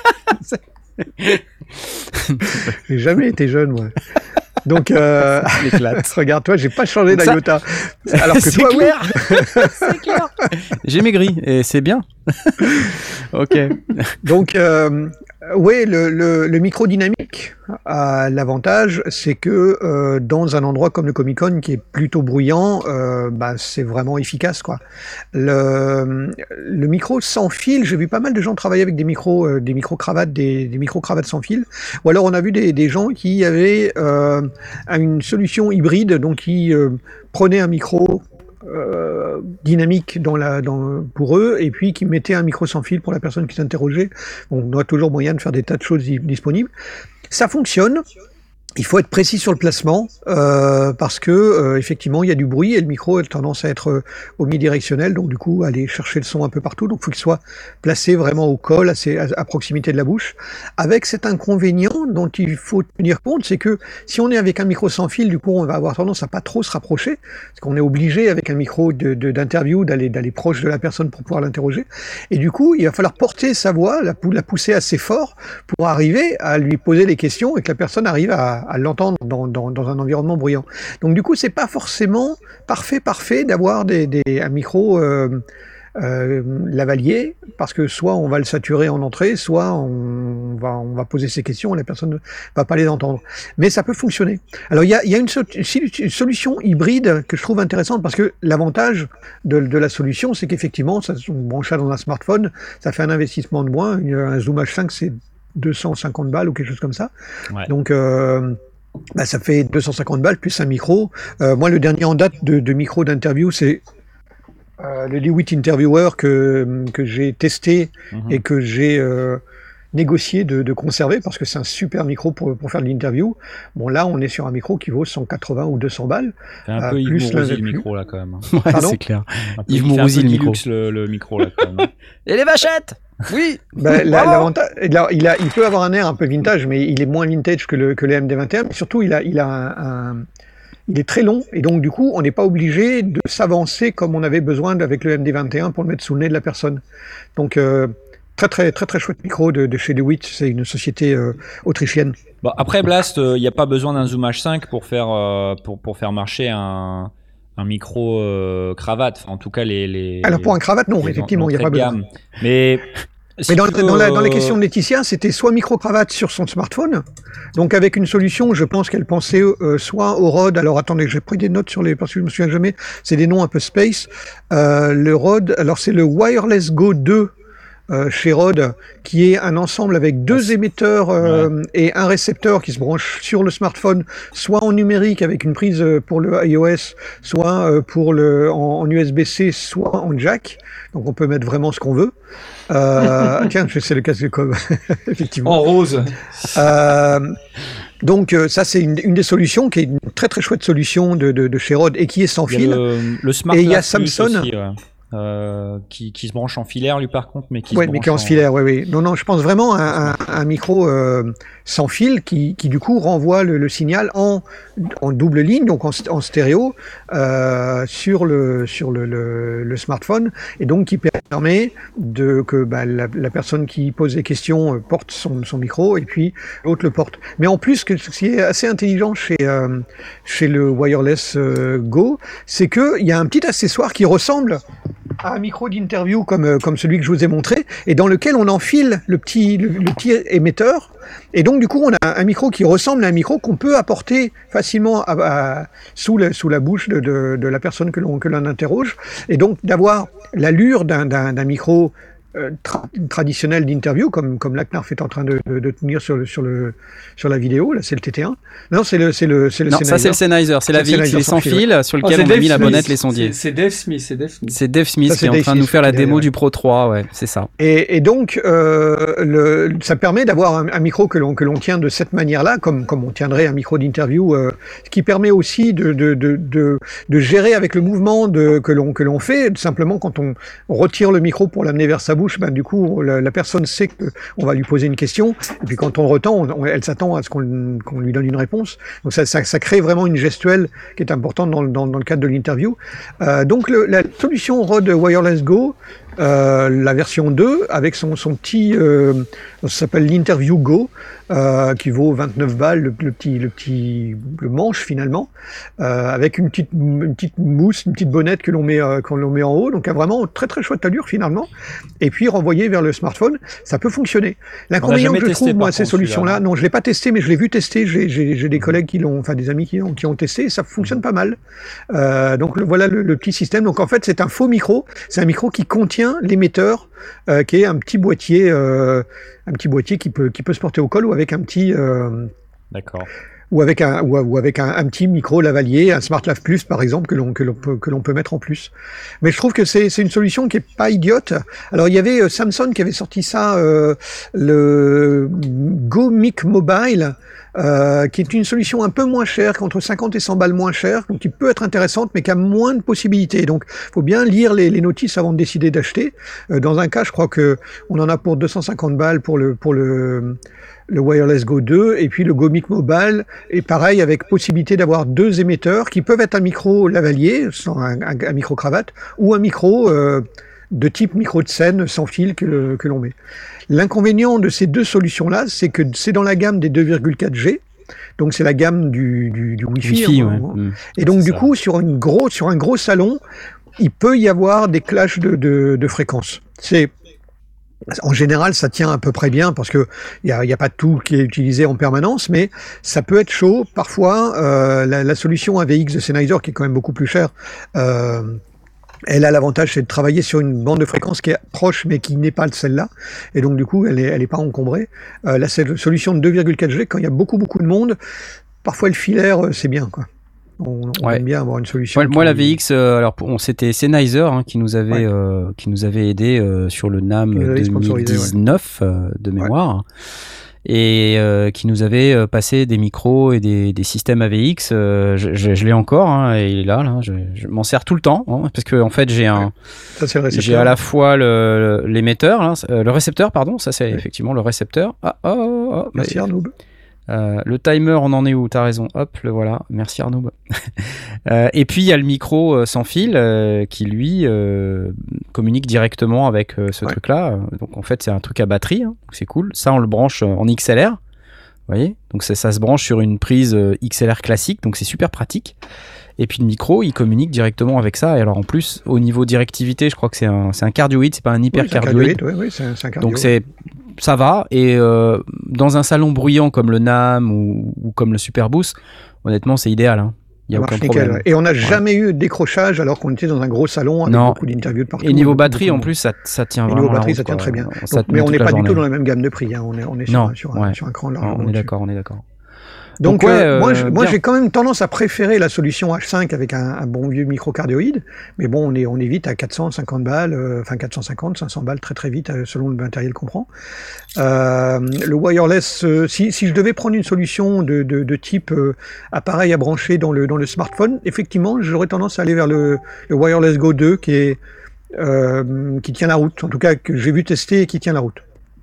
J'ai jamais été jeune, moi. Donc, euh, regarde, toi, j'ai pas changé Donc ça- d'iota. Alors que C'est toi, oui. clair. C'est clair. J'ai maigri et c'est bien. Ok. Donc, euh, oui, le, le, le micro dynamique a l'avantage, c'est que euh, dans un endroit comme le Comic-Con, qui est plutôt bruyant, euh, bah, c'est vraiment efficace, quoi. Le, le micro sans fil, j'ai vu pas mal de gens travailler avec des micros, euh, des micro cravates, des, des micro cravates sans fil. Ou alors, on a vu des, des gens qui avaient euh, une solution hybride, donc qui euh, prenaient un micro euh, dynamique dans la, dans, pour eux, et puis qui mettait un micro sans fil pour la personne qui s'interrogeait. On a toujours moyen de faire des tas de choses di- disponibles. Ça fonctionne. Il faut être précis sur le placement euh, parce que euh, effectivement il y a du bruit et le micro a tendance à être euh, omnidirectionnel, donc du coup aller chercher le son un peu partout, donc il faut qu'il soit placé vraiment au col, assez, à, à proximité de la bouche. Avec cet inconvénient dont il faut tenir compte, c'est que si on est avec un micro sans fil, du coup on va avoir tendance à pas trop se rapprocher, parce qu'on est obligé avec un micro de, de, d'interview d'aller d'aller proche de la personne pour pouvoir l'interroger, et du coup il va falloir porter sa voix, la, la pousser assez fort pour arriver à lui poser les questions et que la personne arrive à à l'entendre dans, dans, dans un environnement bruyant. Donc du coup, c'est pas forcément parfait, parfait d'avoir des, des, un micro euh, euh, lavalier, parce que soit on va le saturer en entrée, soit on va, on va poser ses questions et la personne ne va pas les entendre. Mais ça peut fonctionner. Alors il y a, y a une, so- une solution hybride que je trouve intéressante, parce que l'avantage de, de la solution, c'est qu'effectivement, ça se branche dans un smartphone, ça fait un investissement de moins. Une- Un Zoom H cinq, c'est deux cent cinquante balles ou quelque chose comme ça. Ouais. Donc, euh, bah, ça fait deux cent cinquante balles plus un micro. Euh, moi, le dernier en date de, de micro d'interview, c'est Euh, le Lewitt Interviewer que, que j'ai testé Mhm. et que j'ai euh, négocié de, de conserver parce que c'est un super micro pour, pour faire de l'interview. Bon, là, on est sur un micro qui vaut cent quatre-vingts ou deux cents balles. C'est un Euh, peu Yves plus Mourouzi l'un- le micro là quand même. Ouais, Pardon c'est clair. Un peu- Yves il fait un Mourouzi, peu le micro. deluxe, le, le micro là quand même. Et les vachettes. Oui. Ben, la- Bravo. l'avantage, là, il, a, il peut avoir un air un peu vintage, mais il est moins vintage que le, que le M D vingt et un. Mais surtout, il a, il a un, un- il est très long, et donc du coup, on n'est pas obligé de s'avancer comme on avait besoin avec le M D vingt et un pour le mettre sous le nez de la personne. Donc, euh, très très très très chouette micro de, de chez DeWitt, c'est une société euh, autrichienne. Bon, après Blast, il n'y a pas besoin d'un Zoom H cinq pour faire, euh, pour, pour faire marcher un, un micro euh, cravate. Enfin, en tout cas, les. les Alors pour un cravate, non, les effectivement, il n'y a pas entrées de besoin. gamme. Mais. si Mais dans, tu veux, dans la- dans les euh, questions de Laetitia, c'était soit micro-cravate sur son smartphone, donc avec une solution, je pense qu'elle pensait euh, soit au Rode, alors attendez, j'ai pris des notes sur les, parce que je me souviens jamais, c'est des noms un peu space, euh, le Rode, alors c'est le Wireless Go deux, euh, chez Rode, qui est un ensemble avec deux émetteurs euh, et un récepteur qui se branche sur le smartphone, soit en numérique avec une prise euh, pour le iOS, soit euh, pour le en, en U S B-C, soit en jack. Donc on peut mettre vraiment ce qu'on veut. Euh, tiens, c'est le casque de com, effectivement. En rose. Euh, donc euh, ça c'est une, une des solutions qui est une très très chouette solution de, de, de chez Rode et qui est sans il y a fil. le, le Smart Et il y a Lav Plus Samsung. aussi, ouais. Euh, qui, qui se branche en filaire lui par contre, mais qui Ouais, se mais branche qui est en en filaire, oui, oui. Non, non, je pense vraiment à un, un, un micro euh, sans fil qui, qui du coup renvoie le, le signal en, en double ligne, donc en, en stéréo, euh, sur le sur le, le, le smartphone, et donc qui permet de que bah, la, la personne qui pose des questions euh, porte son, son micro et puis l'autre le porte. Mais en plus, que ce qui est assez intelligent chez euh, chez le Wireless euh, Go, c'est que il y a un petit accessoire qui ressemble à un micro d'interview comme, euh, comme celui que je vous ai montré, et dans lequel on enfile le petit, le, le petit émetteur, et donc du coup on a un micro qui ressemble à un micro qu'on peut apporter facilement à, à, sous, la, sous la bouche de, de, de la personne que l'on, que l'on interroge, et donc d'avoir l'allure d'un, d'un, d'un micro euh, tra- traditionnel d'interview, comme, comme Lacnarf est en train de, de, de tenir sur, le, sur, le, sur la vidéo, là c'est le T T un. Non, c'est le, c'est le, c'est le Non, ça c'est le Sennheiser, c'est la C'est le V X, Sennheiser les sans sans fil, fil sur Oh, lequel c'est on a Dave mis la Smith. bonnette, les sondiers. C'est c'est Dave Smith, c'est Dave Smith. C'est Dave Smith Ça, qui c'est est en Dave train de nous Smith faire la qui est derrière, démo ouais. du Pro trois, ouais, c'est ça. Et, et donc, euh, le, ça permet d'avoir un, un micro que l'on, que l'on tient de cette manière-là, comme, comme on tiendrait un micro d'interview, euh, ce qui permet aussi de, de, de, de, de gérer avec le mouvement de, que, l'on, que l'on fait. Simplement, quand on retire le micro pour l'amener vers sa bouche, ben, du coup, la, la personne sait qu'on va lui poser une question. Et puis, quand on le retend, on, on, elle s'attend à ce qu'on, qu'on lui donne une réponse. Donc, ça, ça, ça crée vraiment une gestuelle qui est importante dans, dans, dans le cadre de l'interview. Euh, donc, le, la solution Rode Wireless Go, Euh, la version deux avec son, son petit, euh, ça s'appelle l'Interview Go, euh, qui vaut vingt-neuf balles, le, le petit, le petit, le manche finalement, euh, avec une petite, une petite mousse, une petite bonnette que l'on met, euh, qu'on l'on met en haut, donc a vraiment très très chouette allure finalement. Et puis renvoyer vers le smartphone, ça peut fonctionner. L'inconvénient jamais que je testé, trouve moi par ces contre, solutions-là, celui-là. non, je l'ai pas testé, mais je l'ai vu tester. J'ai, j'ai, j'ai des collègues qui l'ont, enfin des amis qui l'ont, qui ont testé, et ça fonctionne pas mal. Euh, donc le, voilà le, le petit système. Donc en fait, c'est un faux micro. C'est un micro qui contient l'émetteur, euh, qui est un petit boîtier, euh, un petit boîtier qui peut qui peut se porter au col ou avec un petit euh, D'accord. ou avec un ou, ou avec un, un petit micro lavalier, un Smart Lav Plus par exemple que l'on que l'on peut que l'on peut mettre en plus. Mais je trouve que c'est c'est une solution qui est pas idiote. Alors il y avait euh, Samsung qui avait sorti ça, euh, le Go Mic Mobile. Euh, qui est une solution un peu moins chère, qu'entre cinquante et cent balles moins chère, donc qui peut être intéressante, mais qui a moins de possibilités. Donc, faut bien lire les, les notices avant de décider d'acheter. Euh, dans un cas, je crois que on en a pour deux cent cinquante balles pour le pour le le Wireless Go deux, et puis le Go Mic Mobile, et pareil avec possibilité d'avoir deux émetteurs qui peuvent être un micro lavalier, sans un, un, un micro cravate, ou un micro euh, de type micro de scène sans fil que, le, que l'on met. L'inconvénient de ces deux solutions-là, c'est que c'est dans la gamme des deux virgule quatre G, donc c'est la gamme du, du, du Wi-Fi. Wi-Fi, hein, ouais. hein. Mm. Et donc C'est du ça. coup, sur, une gros, sur un gros salon, il peut y avoir des clashs de, de, de fréquences. C'est En général, ça tient à peu près bien parce que il y a, y a pas tout qui est utilisé en permanence, mais ça peut être chaud. Parfois, euh, la, la solution A V X de Sennheiser, qui est quand même beaucoup plus chère, euh, elle a l'avantage, c'est de travailler sur une bande de fréquence qui est proche, mais qui n'est pas celle-là. Et donc, du coup, elle est, elle est pas encombrée. Euh, la solution de deux virgule quatre G, quand il y a beaucoup, beaucoup de monde, parfois le filaire, euh, c'est bien, quoi. On, on Ouais. aime bien avoir une solution. Moi, moi, qui- la V X, euh, alors pour- on- c'était Sennheiser hein, qui nous avait Ouais. euh, qui nous avait aidé euh, sur le NAM Qui nous avait sponsorisé, deux mille dix-neuf euh, de mémoire et euh, qui nous avait euh, passé des micros et des, des systèmes A V X. euh, je je, je l'ai encore hein, et il est là, là je, je m'en sers tout le temps hein, parce que en fait j'ai un Ça, c'est le récepteur. j'ai à la fois le, le- l'émetteur, là, euh, le récepteur, pardon, ça c'est Ouais. effectivement le récepteur. Ah, oh, oh, oh, Merci mais- Arnaud. euh, le timer, on en est où? T'as raison. Hop, le voilà. Merci Arnaud. Euh, et puis il y a le micro euh, sans fil euh, qui lui euh, communique directement avec euh, ce Ouais. truc-là. Euh, Donc en fait c'est un truc à batterie, hein. Donc, c'est cool. Ça on le branche euh, en X L R. Vous voyez? Donc ça, ça se branche sur une prise euh, X L R classique, donc c'est super pratique. Et puis le micro, il communique directement avec ça. Et alors en plus, au niveau directivité, je crois que c'est un, c'est un cardioïde, c'est pas un Oui, c'est un hypercardioïde. cardioïde, oui, oui, c'est un, c'est un cardio. Donc c'est ça va et euh, dans un salon bruyant comme le NAM ou, ou comme le Superboost, honnêtement c'est idéal. Hein. Il y a Ça aucun marche nickel, problème. ouais. Et on n'a jamais eu de décrochage alors qu'on était dans un gros salon avec Non. beaucoup d'interviews de partout. Et niveau beaucoup, batterie beaucoup en de- plus ça, ça tient Et vraiment niveau la batterie, route, ça tient quoi. très bien. Ça Donc, te mais met on toute n'est la pas du journée. tout dans la même gamme de prix. Hein. On est, on est sur, Non, un, sur, ouais. un, sur un cran Non, largement on est au-dessus. d'accord, on est d'accord. Donc, Donc, ouais, euh, moi, euh, je- moi bien. j'ai quand même tendance à préférer la solution H cinq avec un, un bon vieux microcardioïde, mais bon, on est, on est vite à quatre cent cinquante balles, euh, enfin quatre cent cinquante, cinq cents balles très très vite euh, selon le matériel qu'on prend. Euh, le wireless, euh, si, si je devais prendre une solution de, de, de type euh, appareil à brancher dans le, dans le smartphone, effectivement, j'aurais tendance à aller vers le, le Wireless Go deux qui est euh, qui tient la route, en tout cas que j'ai vu tester et qui tient la route.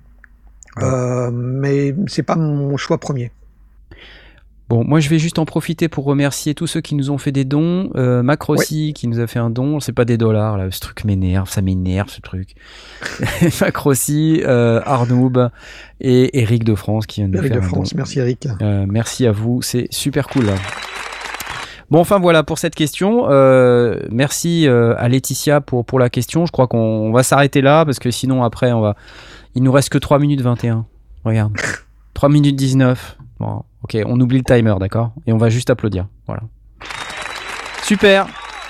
Euh, mais c'est pas mon choix premier. Bon, moi je vais juste en profiter pour remercier tous ceux qui nous ont fait des dons. Euh, Macrossi qui nous a fait un don, c'est pas des dollars là, ce truc m'énerve, ça m'énerve ce truc. Macrossi, euh, Arnoub et Eric de France qui vient de nous Eric faire de un don. France, merci Eric. Euh, merci à vous, c'est super cool. Là. Bon, enfin voilà pour cette question. Euh, merci euh, à Laetitia pour, pour la question. Je crois qu'on on va s'arrêter là parce que sinon après on va. Il nous reste que trois minutes vingt et un. Regarde. trois minutes dix-neuf. Bon, ok, on oublie le timer, d'accord? Et on va juste applaudir. Voilà. Super.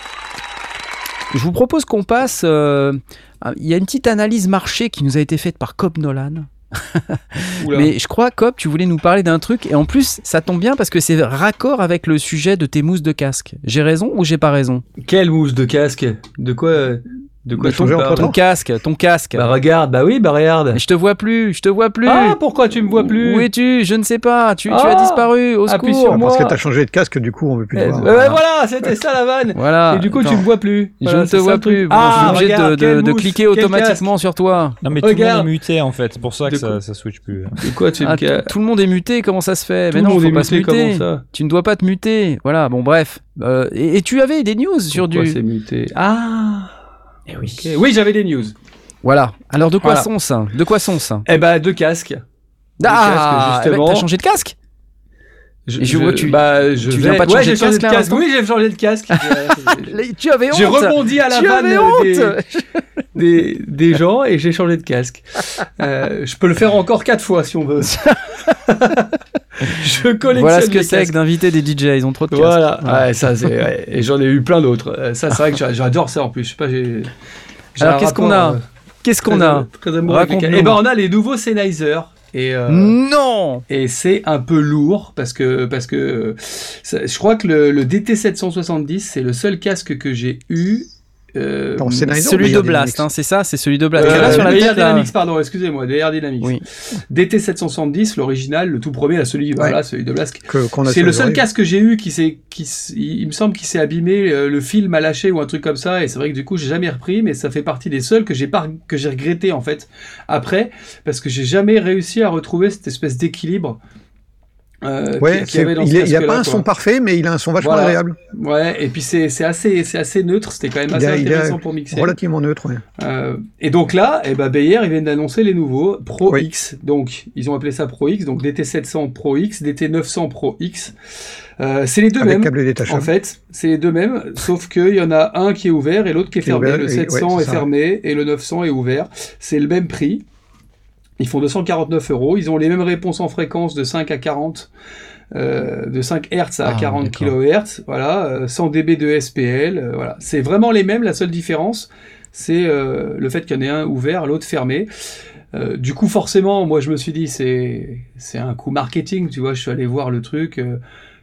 Je vous propose qu'on passe. euh, Il y a une petite analyse marché qui nous a été faite par Cobb Nolan. Oula. Mais je crois, Cobb, tu voulais nous parler d'un truc. Et en plus, ça tombe bien parce que c'est raccord avec le sujet de tes mousses de casque. J'ai raison ou j'ai pas raison? Quelle mousse de casque? De quoi De quoi Bah, tu changer parles entre Ton casque, ton casque. Bah regarde, bah oui, bah regarde. Mais je te vois plus, je te vois plus. Ah, pourquoi tu me vois plus? Où es-tu? Je ne sais pas. Tu, tu Ah, as disparu. Au appuie secours. sur moi. Parce que t'as changé de casque, du coup, on veut plus te Eh, voir. ouais, ouais, voilà, c'était ça la vanne. Voilà. Et du coup, tu Attends. me vois plus. Je Voilà, ne te c'est ça vois le truc. plus. Bon, Ah, je suis obligé regarde, de, de- quelle de mousse, cliquer quel automatiquement sur toi. Non mais tout le Regarde. monde est muté en fait, c'est pour ça que De ça, quoi ça switch plus. casque. De quoi tu me Ah, casses? tout, tout le monde est muté. Comment ça se fait? Tout Mais le non, monde faut est pas se muté, muter. comment ça? Tu ne dois pas te muter. Voilà. Bon, bref. Euh, et, et tu avais des news sur Pourquoi du. c'est muté? Ah. Eh oui. Ok. Oui, j'avais des news. Voilà. Alors de quoi Voilà. sont ça? De quoi sont ça? Eh ben, deux casques. Deux Ah, casques, justement. t'as changé de casque? Je, Et je vois, tu- bah, je tu vais- viens pas de ouais, changer j'ai de changé casque, de là, à casque. l'instant Oui, j'ai changé de casque. J'ai- Les- Tu avais honte. J'ai rebondi à la Tu vanne avais des, honte. des, des gens et j'ai changé de casque. Euh, je peux le faire encore quatre fois si on veut. Je collectionne Voilà ce que les c'est que casques. d'inviter des D J. Ils ont trop de casques. Voilà, Voilà. ouais, ça c'est. Ouais. Et j'en ai eu plein d'autres. Euh, Ça, c'est vrai que j'a- j'adore ça en plus. Je sais pas, j'ai. j'ai Alors, un qu'est-ce qu'on rapport, a euh, Qu'est-ce qu'on très- a? Très amoureux avec les casques. Raconte-nous. Et ben on a les nouveaux Sennheiser. Et, euh, Non. et c'est un peu lourd parce que, parce que euh, ça- je crois que le, le D T sept cent soixante-dix, c'est le seul casque que j'ai eu. Euh, Non, Sennheiser, Celui de Meilleur Blast, Dynamics. hein, c'est ça, c'est celui de Blast. Euh, Tu l'as sur la Meilleur tête là. Dynamics, pardon, excusez-moi, D R Dynamics. Oui. D T sept cent soixante-dix, l'original, le tout premier, là, celui, voilà, celui de Blast. Que- qu'on a C'est sur le les seul oreilles. casque que j'ai eu qui s'est, qui, s- il il me semble qu'il s'est abîmé, euh, le fil m'a lâché ou un truc comme ça, et c'est vrai que du coup j'ai jamais repris, mais ça fait partie des seuls que j'ai pas, que j'ai regretté en fait après, parce que j'ai jamais réussi à retrouver cette espèce d'équilibre. Euh, Ouais, qui- qui c'est- avait dans ce il, est- il a casque-là, pas un quoi. son parfait, mais il a un son vachement Voilà. agréable. Ouais, et puis c'est, c'est assez, c'est assez neutre, c'était quand même Il assez a- il a intéressant pour mixer. Relativement neutre, ouais. Euh, et donc là, eh ben Bayer, ils viennent d'annoncer les nouveaux Pro Oui. X. Donc, ils ont appelé ça Pro X, donc D T sept cents Pro X, D T neuf cents Pro X. Euh, c'est les deux Avec mêmes. câble détachable. En fait, c'est les deux mêmes, sauf qu'il y en a un qui est ouvert et l'autre qui est Qui est fermé. ouvert, le et- sept cents ouais, est c'est ça. fermé et le neuf cents est ouvert. C'est le même prix. Ils font deux cent quarante-neuf euros. Ils ont les mêmes réponses en fréquence de cinq à quarante. Euh, de cinq hertz à Ah, quarante d'accord. kilohertz, voilà, euh, cent décibels de S P L, euh, voilà. C'est vraiment les mêmes, la seule différence, c'est euh, le fait qu'il y en ait un ouvert, l'autre fermé. Euh, du coup, forcément, moi je me suis dit, c'est c'est un coup marketing, tu vois, je suis allé voir le truc, euh,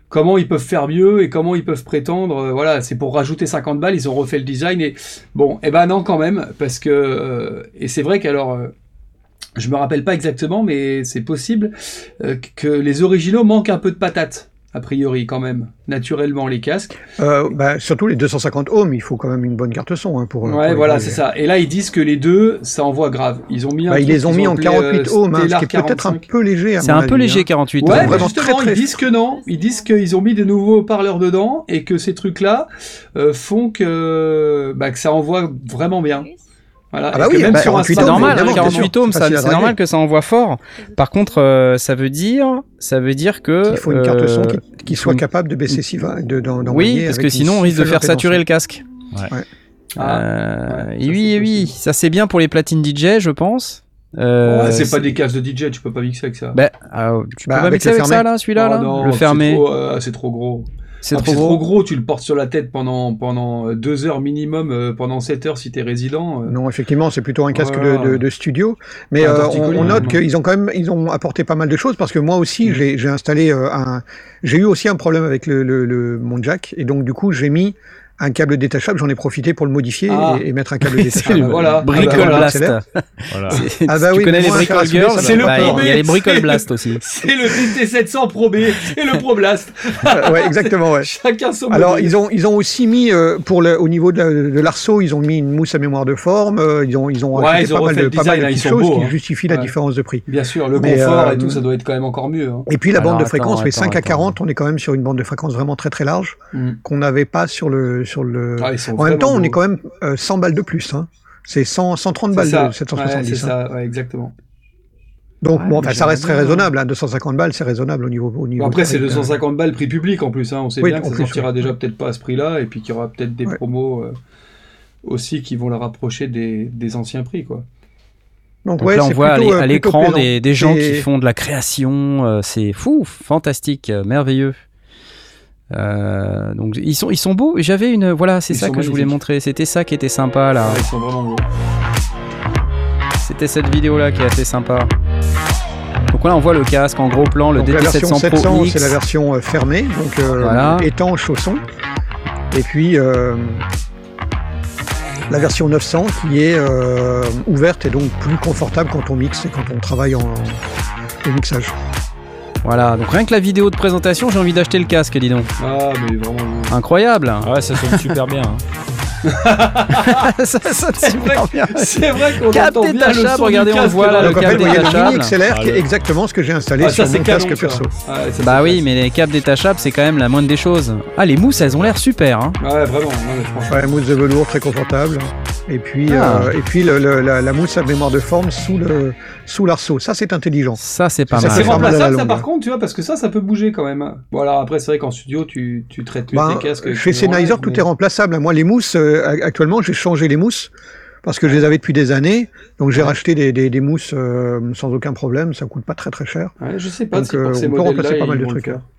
comment ils peuvent faire mieux et comment ils peuvent prétendre. Euh, voilà, c'est pour rajouter cinquante balles, ils ont refait le design. Et bon, eh ben non, quand même, parce que. Euh, et c'est vrai qu'alors. Euh, je me rappelle pas exactement, mais c'est possible euh, que les originaux manquent un peu de patate. A priori, quand même, naturellement, les casques. Euh, bah, surtout les deux cent cinquante ohms, il faut quand même une bonne carte son hein, pour. Ouais, pour voilà, les... c'est ça. Et là, ils disent que les deux, ça envoie grave. Ils ont mis. Un bah, ils les ont mis en quarante-huit euh, ohms, hein, ce qui est peut-être un peu léger. À c'est mon un peu avis, léger, hein. quarante-huit Ouais, ohms. mais justement, très, très... ils disent que non. Ils disent qu'ils ont mis des nouveaux haut-parleurs dedans et que ces trucs-là euh, font que, bah, que ça envoie vraiment bien. Voilà. Ah bah et que oui, même bah, sur un c'est ohms, normal, évidemment, quarante-huit bien ohms, sûr, ça, facile à c'est normal draguer. que ça envoie fort. Par contre, euh, ça veut dire, ça veut dire que Il faut une carte son qui, euh, qui soit capable de baisser si va, de, d'en, oui, parce que sinon on risque de faire saturer le casque. Ouais. Ouais. Ah, Euh, ouais, et ça, oui, c'est et oui, possible. ça c'est bien pour les platines D J, je pense. Euh, Ouais, c'est pas des casques de D J, tu peux pas mixer avec ça. Bah, ah, tu Bah, peux pas avec mixer le avec ça fermé. là, celui-là, Oh là, non, le c'est fermé. trop, euh, c'est trop gros. C'est Ah, trop c'est gros. trop gros, tu le portes sur la tête pendant, pendant deux heures minimum, euh, pendant sept heures si t'es résident. euh. Non, effectivement, c'est plutôt un casque Voilà. de, de, de studio. Mais Un euh, on, torticolis, on note hein. qu'ils ont quand même, ils ont apporté pas mal de choses parce que moi aussi, Mm. j'ai, j'ai installé euh, un, j'ai eu aussi un problème avec le, le, le mon jack et donc du coup j'ai mis un câble détachable. J'en ai profité pour le modifier Ah. et, et mettre un câble C'est détachable. bah voilà. Bricole Ah bah voilà, Blast. accélère. Voilà. C'est- Ah bah tu oui, connais mais les moi, Bricole faire assumer, Girls, ça C'est le bah, il y a premier, les Bricole c'est- Blast aussi. C'est le D T sept cents Pro B, c'est le Pro Blast. Euh, ouais, exactement, ouais. Chacun son Alors, modèle. ils ont, ils ont aussi mis, euh, pour le, au niveau de, la, de l'arceau, ils ont mis une mousse à mémoire de forme, euh, ils ont, ils ont Ouais, ajouté ils ont pas mal refait de, le pas mal design, de hein, ils petites sont choses beaux, qui hein. justifient la Ouais. différence de prix. Bien sûr, le Mais, confort euh, et tout, ça doit être quand même encore mieux. Hein. Et puis la Alors, bande de attends, fréquence, mais attends, cinq à attends. quarante, on est quand même sur une bande de fréquence vraiment très très large, Mm. qu'on n'avait pas sur le... Sur le... Ah, ils sont en même temps, vraiment on est beaux. quand même euh, cent balles de plus. Hein. C'est cent, cent trente C'est balles ça. de sept cent Ouais, soixante-dix. c'est hein. ça, ouais, exactement. Donc Ouais, bon, mais enfin, ça reste très j'aimerais bien. raisonnable. Hein. deux cent cinquante balles, c'est raisonnable au niveau... Au niveau Bon, après, c'est prix, deux cent cinquante balles prix public en plus. Hein. On sait Oui, bien que en ça plus, sortira ouais. déjà peut-être pas à ce prix-là, et puis qu'il y aura peut-être des Ouais. promos euh, aussi qui vont la rapprocher des, des anciens prix, quoi. Donc, Donc ouais, là, on c'est voit à plutôt, l'é- euh, à plutôt l'écran plaisant. des, des gens C'est- qui font de la création. euh, c'est fou, fantastique, euh, merveilleux. Euh, donc ils sont, ils sont beaux. J'avais une, voilà, c'est Ils ça sont que je voulais magnifiques. montrer. C'était ça qui était sympa là. Ouais, ils sont vraiment beaux. C'était cette vidéo là qui est assez sympa. Donc là, on voit le casque en gros plan, le Donc, la D T version sept cents sept cents, Pro c'est la X. version euh, fermée, donc euh, Voilà. étanche au son. Et puis euh, la version neuf cents qui est euh, ouverte et donc plus confortable quand on mixe et quand on travaille en, au mixage. Voilà. Donc rien que la vidéo de présentation, j'ai envie d'acheter le casque, dis donc. Ah, mais vraiment beau. Incroyable. Ah ouais, ça sonne super bien. hein. ça sonne super bien. C'est vrai qu'on Câble entend bien le détachable, son regardez, du on casque, voit là, là. le Donc en fait, câble vous voyez le détachable. mini X L R Ah, qui est le- exactement ce que j'ai installé Ah, sur ça, c'est mon canon, casque ça. perso. Ouais, ça, Bah c'est oui, classe. mais les câbles détachables, c'est quand même la moindre des choses. Ah, les mousses, elles ont l'air super. Hein. Ouais, vraiment. Non, mais franchement. Ouais, mousse de velours très confortable. Et puis, Ah. euh, et puis le, le- la, la mousse à mémoire de forme sous le sous l'arceau. Ça, c'est intelligent. Ça, c'est pas Ça, mal. C'est faire mal à la remplaçable, ça, longue. par contre, tu vois, parce que ça, ça peut bouger quand même. Bon, alors après, c'est vrai qu'en studio, tu, tu traites mieux Ben, tes casques. chez tu Sennheiser, enlèves, tout mais- est remplaçable. Moi, les mousses, euh, actuellement, j'ai changé les mousses parce que je les avais depuis des années. Donc, j'ai Ouais. racheté des, des, des mousses euh, sans aucun problème. Ça coûte pas très très cher. Ouais, je sais pas Donc, si pour euh, ces on peut modèles-là, remplacer pas mal ils de vont le trucs, faire.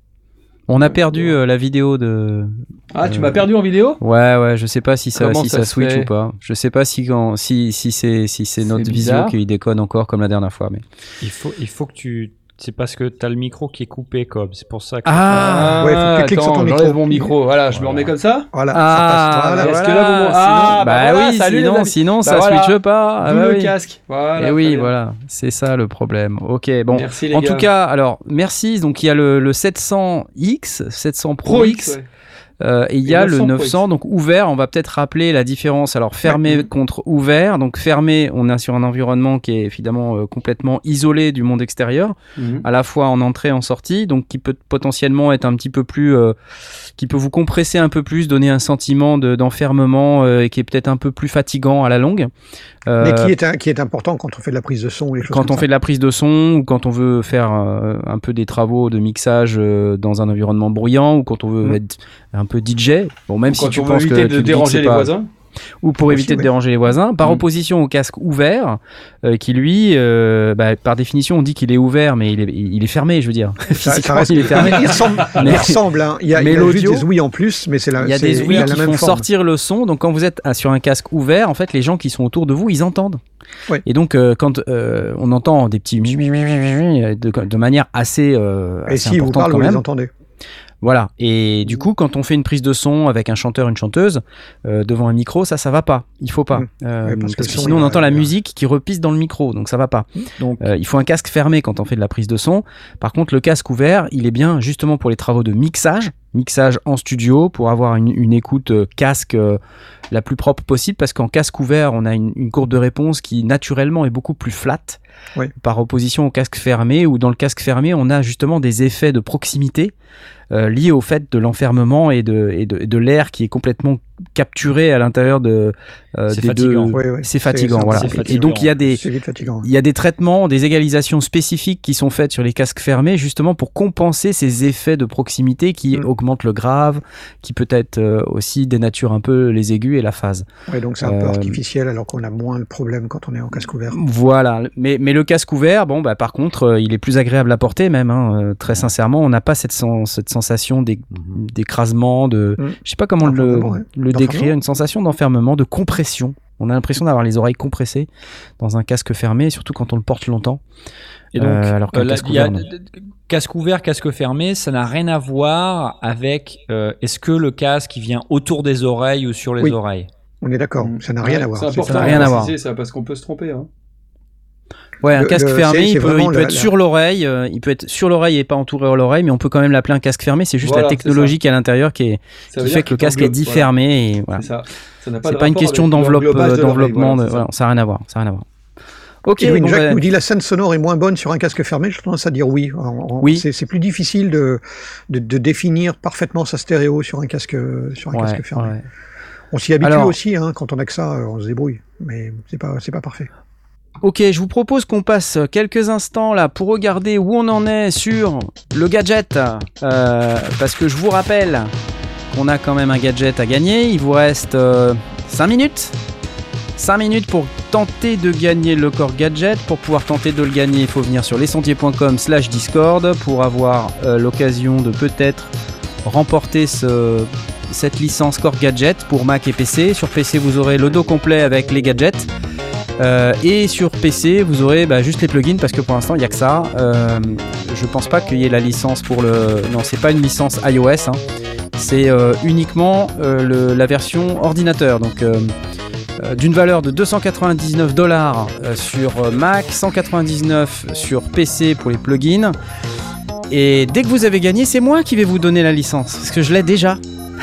On a perdu euh, la vidéo de. Ah, tu Euh, m'as perdu en vidéo Ouais, ouais, je sais pas si ça, Comment si ça ça, se switch fait ou pas. Je sais pas si, quand, si, si c'est si c'est C'est notre visio bizarre. qui déconne encore comme la dernière fois. Mais... Il faut, il faut que tu. C'est parce que t'as le micro qui est coupé, Cobb. C'est pour ça que. Ah, Ouais, faut que tu cliques sur ton attends, micro. j'enlève mon micro. Voilà, je me Voilà. remets comme ça. Voilà. Ah, ça passe. Voilà. bah Est-ce que voilà, là, vous m'en- sinon- Ah, bah bah voilà, oui, salut, les sinon, amis. sinon Bah ça voilà. switche pas. Ah, D'où bah le oui. casque. Voilà. Et oui, très bien. voilà, c'est ça le problème. Ok, bon. Merci les En gars. tout cas, alors merci. Donc il y a le, le sept cents X, sept cents Pro, Pro X, X. ouais. euh, et il y Et a neuf le cents neuf cents, Pro X. donc ouvert. On va peut-être rappeler la différence. Alors fermé Ouais. contre ouvert. Donc fermé, on est sur un environnement qui est évidemment euh, complètement isolé du monde extérieur, Mhm. à la fois en entrée et en sortie, donc qui peut potentiellement être un petit peu plus, euh, qui peut vous compresser un peu plus, donner un sentiment de- d'enfermement euh, et qui est peut-être un peu plus fatigant à la longue. Euh, Mais qui est, un- qui est important quand on fait de la prise de son ou les choses quand comme on fait de la prise de son ou quand on veut faire euh, un peu des travaux de mixage euh, dans un environnement bruyant ou quand on veut Mhm. être un peu D J, bon même si Quand tu on veut penses que éviter tu de te dis que déranger c'est les pas- voisins. ou pour Aussi, éviter de ouais. déranger les voisins, par Mhm. opposition au casque ouvert, euh, qui lui, euh, bah, par définition, on dit qu'il est ouvert, mais il est, il est fermé, je veux dire. Ça- ça Physiquement, reste- il est fermé. Il ressemble. Mais- il ressemble hein. Il y a, mais il y a juste l'audio- des ouïes en plus, mais c'est la. Il y a c'est- des ouïes a qui la même font forme. sortir le son, donc quand vous êtes ah, sur un casque ouvert, en fait, les gens qui sont autour de vous, ils entendent. Ouais. Et donc, euh, quand euh, on entend des petits de, de manière assez, euh, Et assez si vous importante parle, quand vous même. les entendez. Voilà. Et du coup, quand on fait une prise de son avec un chanteur, une chanteuse, euh, devant un micro, ça, ça va pas. Il faut pas. Mmh. Euh, Ouais, parce parce que que le son, sinon, il on va- entend la il va- musique qui repisse dans le micro, donc ça va pas. Donc, Euh, il faut un casque fermé quand on fait de la prise de son. Par contre, le casque ouvert, il est bien justement pour les travaux de mixage, mixage en studio, pour avoir une, une écoute euh, casque euh, la plus propre possible, parce qu'en casque ouvert, on a une, une courbe de réponse qui naturellement est beaucoup plus flat, Oui. par opposition au casque fermé, où dans le casque fermé, on a justement des effets de proximité euh, liés au fait de l'enfermement et de, et de, et de l'air qui est complètement capturé à l'intérieur de, euh, C'est des fatigant. deux. Oui, oui. C'est fatigant, c'est- voilà. c'est Et fatigant. donc il y a des, C'est vite fatigant. il y a des traitements, des égalisations spécifiques qui sont faites sur les casques fermés justement pour compenser ces effets de proximité qui Mm. augmentent le grave, qui peut-être euh, aussi dénaturent un peu les aigus et la phase. Ouais, donc c'est un peu Euh, artificiel alors qu'on a moins le problème quand on est en casque ouvert. Voilà, mais, mais le casque ouvert, bon, bah, par contre, euh, il est plus agréable à porter même, hein, euh, très sincèrement, on n'a pas cette, sen- cette sensation d'é- d'écrasement, de, Mm. je sais pas comment le, D'enfermement, ouais. le D'enfermement. décrire, une sensation d'enfermement, de compression. On a l'impression d'avoir les oreilles compressées dans un casque fermé, surtout quand on le porte longtemps. et donc Euh, alors qu'un euh, là, casque il y a- ouvert, non. casque ouvert, casque fermé, ça n'a rien à voir avec euh, est-ce que le casque il vient autour des oreilles ou sur les Oui. oreilles. On est d'accord, Mm. ça n'a rien Ouais, à voir. C'est c'est important ça n'a de rien à préciser voir. ça parce qu'on peut se tromper. Hein. Ouais, un Le- casque le- fermé, c'est- il c'est peut, vraiment il peut la- être la- sur l'oreille, euh, il peut être sur l'oreille et pas entouré à l'oreille, mais on peut quand même l'appeler un casque fermé. C'est juste Voilà, la c'est technologie qui est à l'intérieur qui, est, Ça qui veut fait dire que le qu'il casque est t'englobe, dit voilà. fermé. Et voilà. C'est ça. Ça n'a pas C'est de pas une rapport question avec d'enveloppe, l'englobage de l'oreille, d'enveloppement. voilà, de- c'est voilà, ça. ça n'a rien à voir. Ça n'a rien à voir. Ok, Edwin bon, Jacques bah, nous dit la scène sonore est moins bonne sur un casque fermé. Je tendance à dire oui. En- en- Oui. C'est c'est plus difficile de, de, de définir parfaitement sa stéréo sur un casque, sur un ouais, casque fermé. ouais. On s'y habitue Alors- aussi, hein, quand on a que ça, euh, on se débrouille. Mais c'est pas, c'est pas parfait. Ok, je vous propose qu'on passe quelques instants là pour regarder où on en est sur le gadget. Euh, parce que je vous rappelle qu'on a quand même un gadget à gagner. Il vous reste euh, cinq minutes. cinq minutes pour tenter de gagner le Core Gadget. Pour pouvoir tenter de le gagner, il faut venir sur lescendiers point com slash discord pour avoir euh, l'occasion de peut-être remporter ce, cette licence Core Gadget pour Mac et P C. Sur P C, vous aurez le dos complet avec les gadgets. Euh, et sur P C, vous aurez bah, juste les plugins parce que pour l'instant, il n'y a que ça. Euh, je pense pas qu'il y ait la licence pour le. Non, c'est pas une licence iOS. Hein. C'est euh, uniquement euh, le, la version ordinateur. Donc, euh, euh, d'une valeur de deux cent quatre-vingt-dix-neuf dollars euh, sur Mac, cent quatre-vingt-dix-neuf sur P C pour les plugins. Et dès que vous avez gagné, c'est moi qui vais vous donner la licence parce que je l'ai déjà.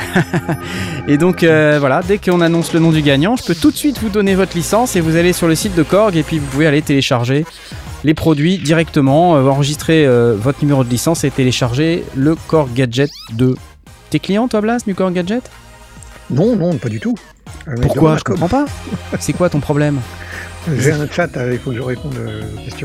Et donc euh, voilà, dès qu'on annonce le nom du gagnant, je peux tout de suite vous donner votre licence et vous allez sur le site de Korg et puis vous pouvez aller télécharger les produits directement, euh, enregistrer euh, votre numéro de licence et télécharger le Korg Gadget deux. T'es client toi Blas du Korg Gadget? Non, non, pas du tout. Euh, mais Pourquoi? dans Je comprends pas. C'est quoi ton problème? J'ai un chat, euh, il faut que je réponde euh, aux questions.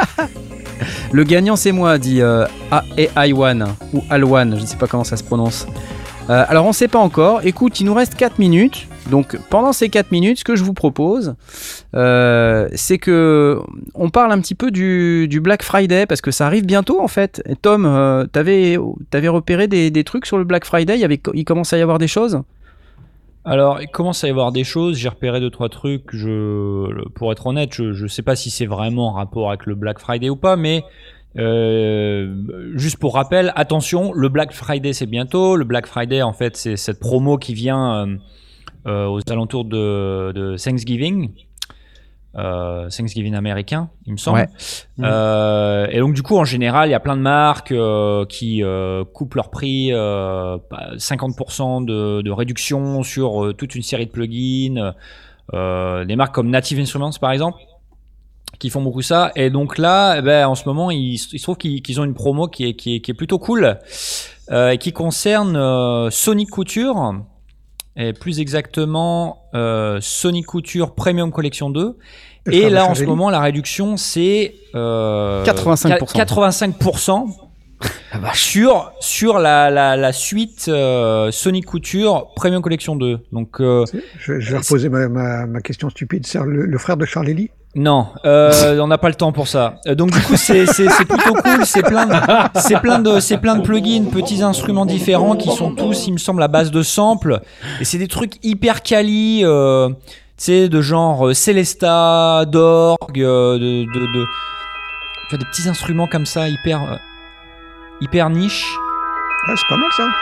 Le gagnant c'est moi, dit euh, Aiwan ou Alwan, je ne sais pas comment ça se prononce. Euh, alors on ne sait pas encore. Écoute, il nous reste quatre minutes. Donc pendant ces quatre minutes, ce que je vous propose, euh, c'est que on parle un petit peu du, du Black Friday parce que ça arrive bientôt en fait. Et Tom, euh, t'avais t'avais repéré des, des trucs sur le Black Friday. Il, y avait, il commence à y avoir des choses. Alors, il commence à y avoir des choses. J'ai repéré deux trois trucs. Je, pour être honnête, je je sais pas si c'est vraiment en rapport avec le Black Friday ou pas, mais euh, juste pour rappel, attention, le Black Friday c'est bientôt. Le Black Friday, en fait, c'est cette promo qui vient euh, euh, aux alentours de, de Thanksgiving. Euh, Thanksgiving américain, il me semble. Ouais. Euh, et donc du coup, en général, il y a plein de marques euh, qui euh, coupent leur prix, euh, cinquante pour cent de, de réduction sur euh, toute une série de plugins. Euh, des marques comme Native Instruments, par exemple, qui font beaucoup ça. Et donc là, eh ben, en ce moment, il, il se trouve qu'ils, qu'ils ont une promo qui est, qui est, qui est plutôt cool euh, et qui concerne euh, Sonic Couture. Et plus exactement euh, Sonic Couture Premium Collection deux. Le Et frère de là, en ce Charlie. moment, la réduction, c'est euh, quatre-vingt-cinq pour cent. quatre-vingt-cinq pour cent sur, sur la, la, la suite euh, Sonic Couture Premium Collection deux. Donc, euh, Je, je vais reposer ma, ma, ma question stupide. C'est le, le frère de Charlie Lee? non, euh, on n'a pas le temps pour ça. Euh, Donc du coup, c'est c'est c'est plutôt cool. C'est plein de c'est plein de c'est plein de plugins, petits instruments différents qui sont tous, il me semble, à base de samples. Et c'est des trucs hyper quali, euh, tu sais, de genre euh, Celesta, d'orgue, euh, de, de de tu vois, des petits instruments comme ça, hyper euh, hyper niche. Ouais, c'est pas mal ça.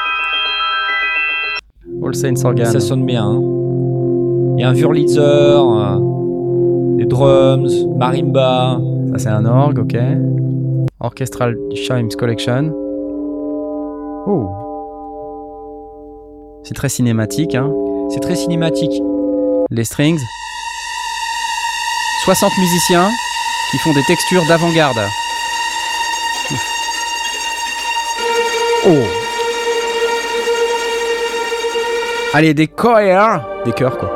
All Saints Organ. Ça sonne bien. Hein. Il y a un Wurlitzer, euh, des drums, marimba. Ça c'est un orgue, ok. Orchestral Chimes Collection. Oh. C'est très cinématique, hein. C'est très cinématique. Les strings. soixante musiciens qui font des textures d'avant-garde. Oh. Allez, des choirs. Des chœurs, quoi.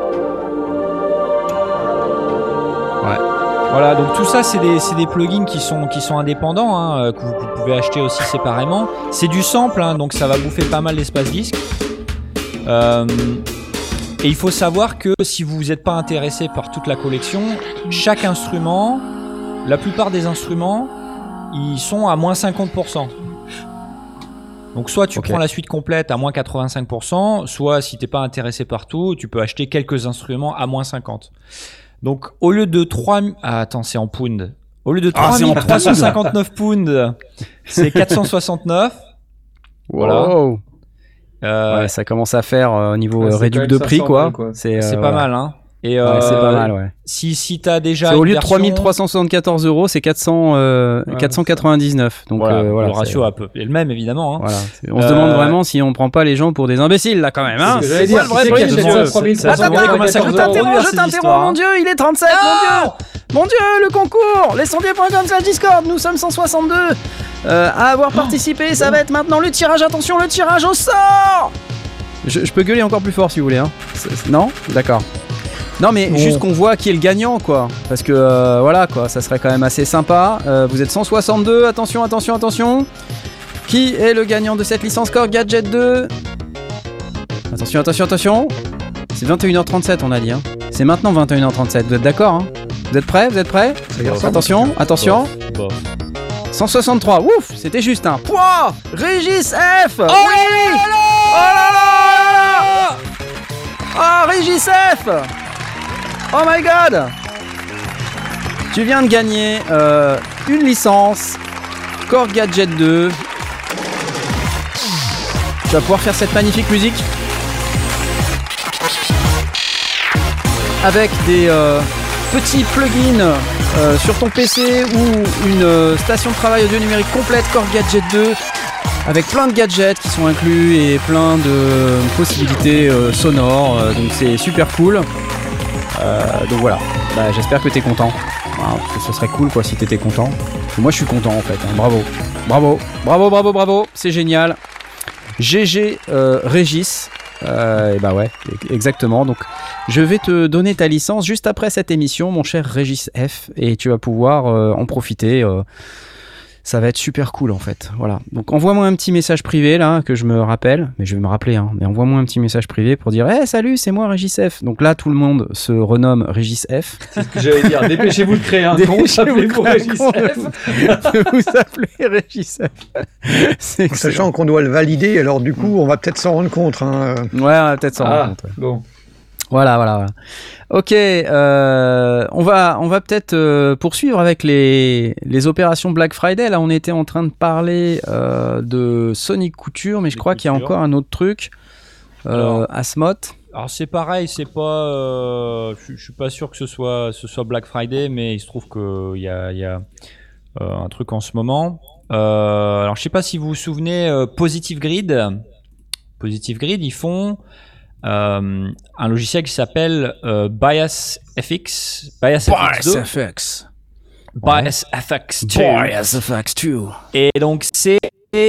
Ouais. Voilà, donc tout ça, c'est des, c'est des plugins qui sont, qui sont indépendants, hein, que vous, vous pouvez acheter aussi séparément. C'est du sample, hein, donc ça va bouffer pas mal d'espace disque. Euh, et il faut savoir que si vous n'êtes pas intéressé par toute la collection, chaque instrument, la plupart des instruments, ils sont à moins cinquante pour cent. Donc soit tu okay. prends la suite complète à moins quatre-vingt-cinq pour cent, soit si t'es pas intéressé par tout, tu peux acheter quelques instruments à moins cinquante. Donc au lieu de trois... Ah, attends, c'est en pounds. Au lieu de trois mille trois cent cinquante-neuf pounds, c'est quatre cent soixante-neuf. Voilà. Wow. Euh, ouais, ça commence à faire au euh, niveau ouais, euh, réduc de prix, quoi. quoi. C'est, euh, c'est pas voilà. mal, hein. Et ouais, euh, c'est pas mal, ouais. Si, si t'as déjà. C'est au lieu version... de trois mille trois cent soixante-quatorze euros, c'est quatre cents, euh, ouais, quatre cent quatre-vingt-dix-neuf. Donc voilà, euh, voilà, le ratio c'est... à peu est le même, évidemment. Hein. Voilà. On euh... se demande vraiment si on prend pas les gens pour des imbéciles, là, quand même. Hein. C'est ce que j'allais dire. Le vrai prix, Je t'interromps, mon Dieu, il est trente-sept, mon Dieu. Mon Dieu, le concours, lescendier point com slash Discord, nous sommes cent soixante-deux euh, à avoir participé. Ça va être maintenant le tirage. Attention, le tirage au sort. Je, je peux gueuler encore plus fort si vous voulez. Hein. C'est, c'est... Non ? D'accord. Non mais bon. Juste qu'on voit qui est le gagnant quoi. Parce que euh, voilà quoi, ça serait quand même assez sympa. Euh, vous êtes cent soixante-deux, attention, attention, attention. Qui est le gagnant de cette licence Korg Gadget deux ? Attention, attention, attention. C'est vingt et une heures trente-sept on a dit. Hein. C'est maintenant vingt et une heures trente-sept, vous êtes d'accord hein ? Vous êtes prêts ? Vous êtes prêts ? Attention, attention. Bof. cent soixante-trois, ouf, c'était juste un poids. Régis F. Oh oui. Oh là là. Oh Régis F. Oh my god. Tu viens de gagner euh, une licence Korg Gadget deux. Tu vas pouvoir faire cette magnifique musique avec des euh, petits plugins euh, sur ton P C ou une euh, station de travail audio numérique complète Korg Gadget deux avec plein de gadgets qui sont inclus et plein de possibilités euh, sonores, euh, donc c'est super cool. Euh, donc voilà, bah, j'espère que t'es content. Wow, parce que ce serait cool quoi si t'étais content. Moi je suis content en fait, hein. Bravo, bravo, bravo, bravo, bravo, c'est génial. G G euh, Régis. Euh, et bah ouais, exactement. Donc, je vais te donner ta licence juste après cette émission, mon cher Régis F, et tu vas pouvoir euh, en profiter. Euh, ça va être super cool en fait. Voilà. Donc, envoie-moi un petit message privé là que je me rappelle, mais je vais me rappeler. Hein, mais envoie-moi un petit message privé pour dire, hey, salut, c'est moi Régis F. Donc là, tout le monde se renomme Régis F. C'est ce que j'allais dire. Dépêchez-vous de créer un compte. Appelez-vous Régis F. Vous appelez Régis F. C'est sachant qu'on doit le valider, alors du coup, on va peut-être s'en rendre compte. Hein. Ouais, on va peut-être s'en ah, rendre compte. Ouais. Bon. Voilà, voilà, voilà. Ok, euh, on va, on va peut-être euh, poursuivre avec les, les opérations Black Friday. Là, on était en train de parler euh, de Sonic Couture, mais je crois qu'il y a encore un autre truc. Euh, Asmoth. Alors c'est pareil, c'est pas, euh, je, je suis pas sûr que ce soit, ce soit Black Friday, mais il se trouve qu'il y a, il y a euh, un truc en ce moment. Euh, alors je sais pas si vous vous souvenez, euh, Positive Grid. Positive Grid, ils font Euh, un logiciel qui s'appelle euh, Bias F X, Bias Bias F X, Bias F X deux. Bias F X deux. Et donc c'est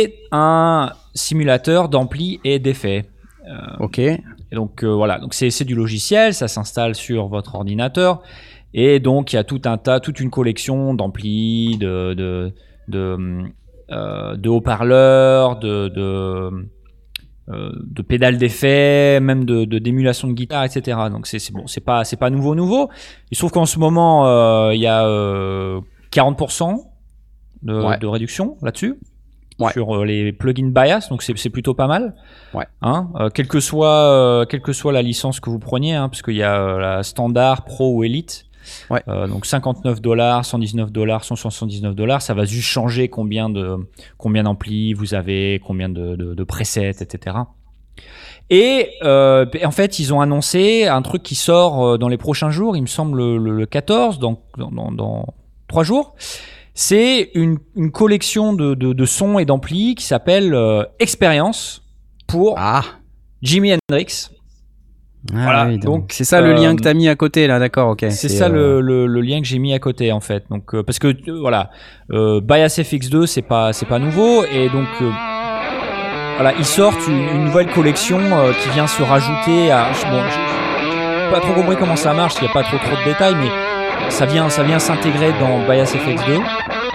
un simulateur d'ampli et d'effets. Euh, ok. Et donc euh, voilà, donc c'est c'est du logiciel, ça s'installe sur votre ordinateur et donc il y a tout un tas, toute une collection d'amplis, de de de, euh, de haut-parleurs, de, de Euh, de pédales d'effet, même de, de d'émulation de guitare, et cetera. Donc c'est, c'est bon, c'est pas c'est pas nouveau nouveau. Il se trouve qu'en ce moment euh, il y a euh, quarante pour cent de, ouais. de réduction là-dessus ouais. sur euh, les plugins Bias, donc c'est c'est plutôt pas mal. Ouais. Hein, euh, quelle que soit euh, quelle que soit la licence que vous preniez, hein, parce qu'il y a euh, la standard, pro ou elite. Ouais. Euh, donc cinquante-neuf dollars, cent dix-neuf dollars, cent soixante-dix-neuf dollars. Ça va juste changer combien de combien d'amplis vous avez, combien de, de, de presets, et cetera. Et euh, en fait, ils ont annoncé un truc qui sort dans les prochains jours. Il me semble le, le quatorze, donc dans, dans, dans trois jours. C'est une, une collection de, de, de sons et d'amplis qui s'appelle euh, Experience pour Ah. Jimi Hendrix. Ah Voilà, oui, donc, donc, c'est ça le euh, lien que t'as mis à côté là, d'accord, ok. C'est, c'est ça euh... le, le, le lien que j'ai mis à côté en fait. Donc euh, parce que euh, voilà, euh, Bias F X deux c'est pas c'est pas nouveau et donc euh, voilà ils sortent une, une nouvelle collection euh, qui vient se rajouter à bon j'ai pas trop compris comment ça marche, il y a pas trop trop de détails mais ça vient ça vient s'intégrer dans Bias F X deux.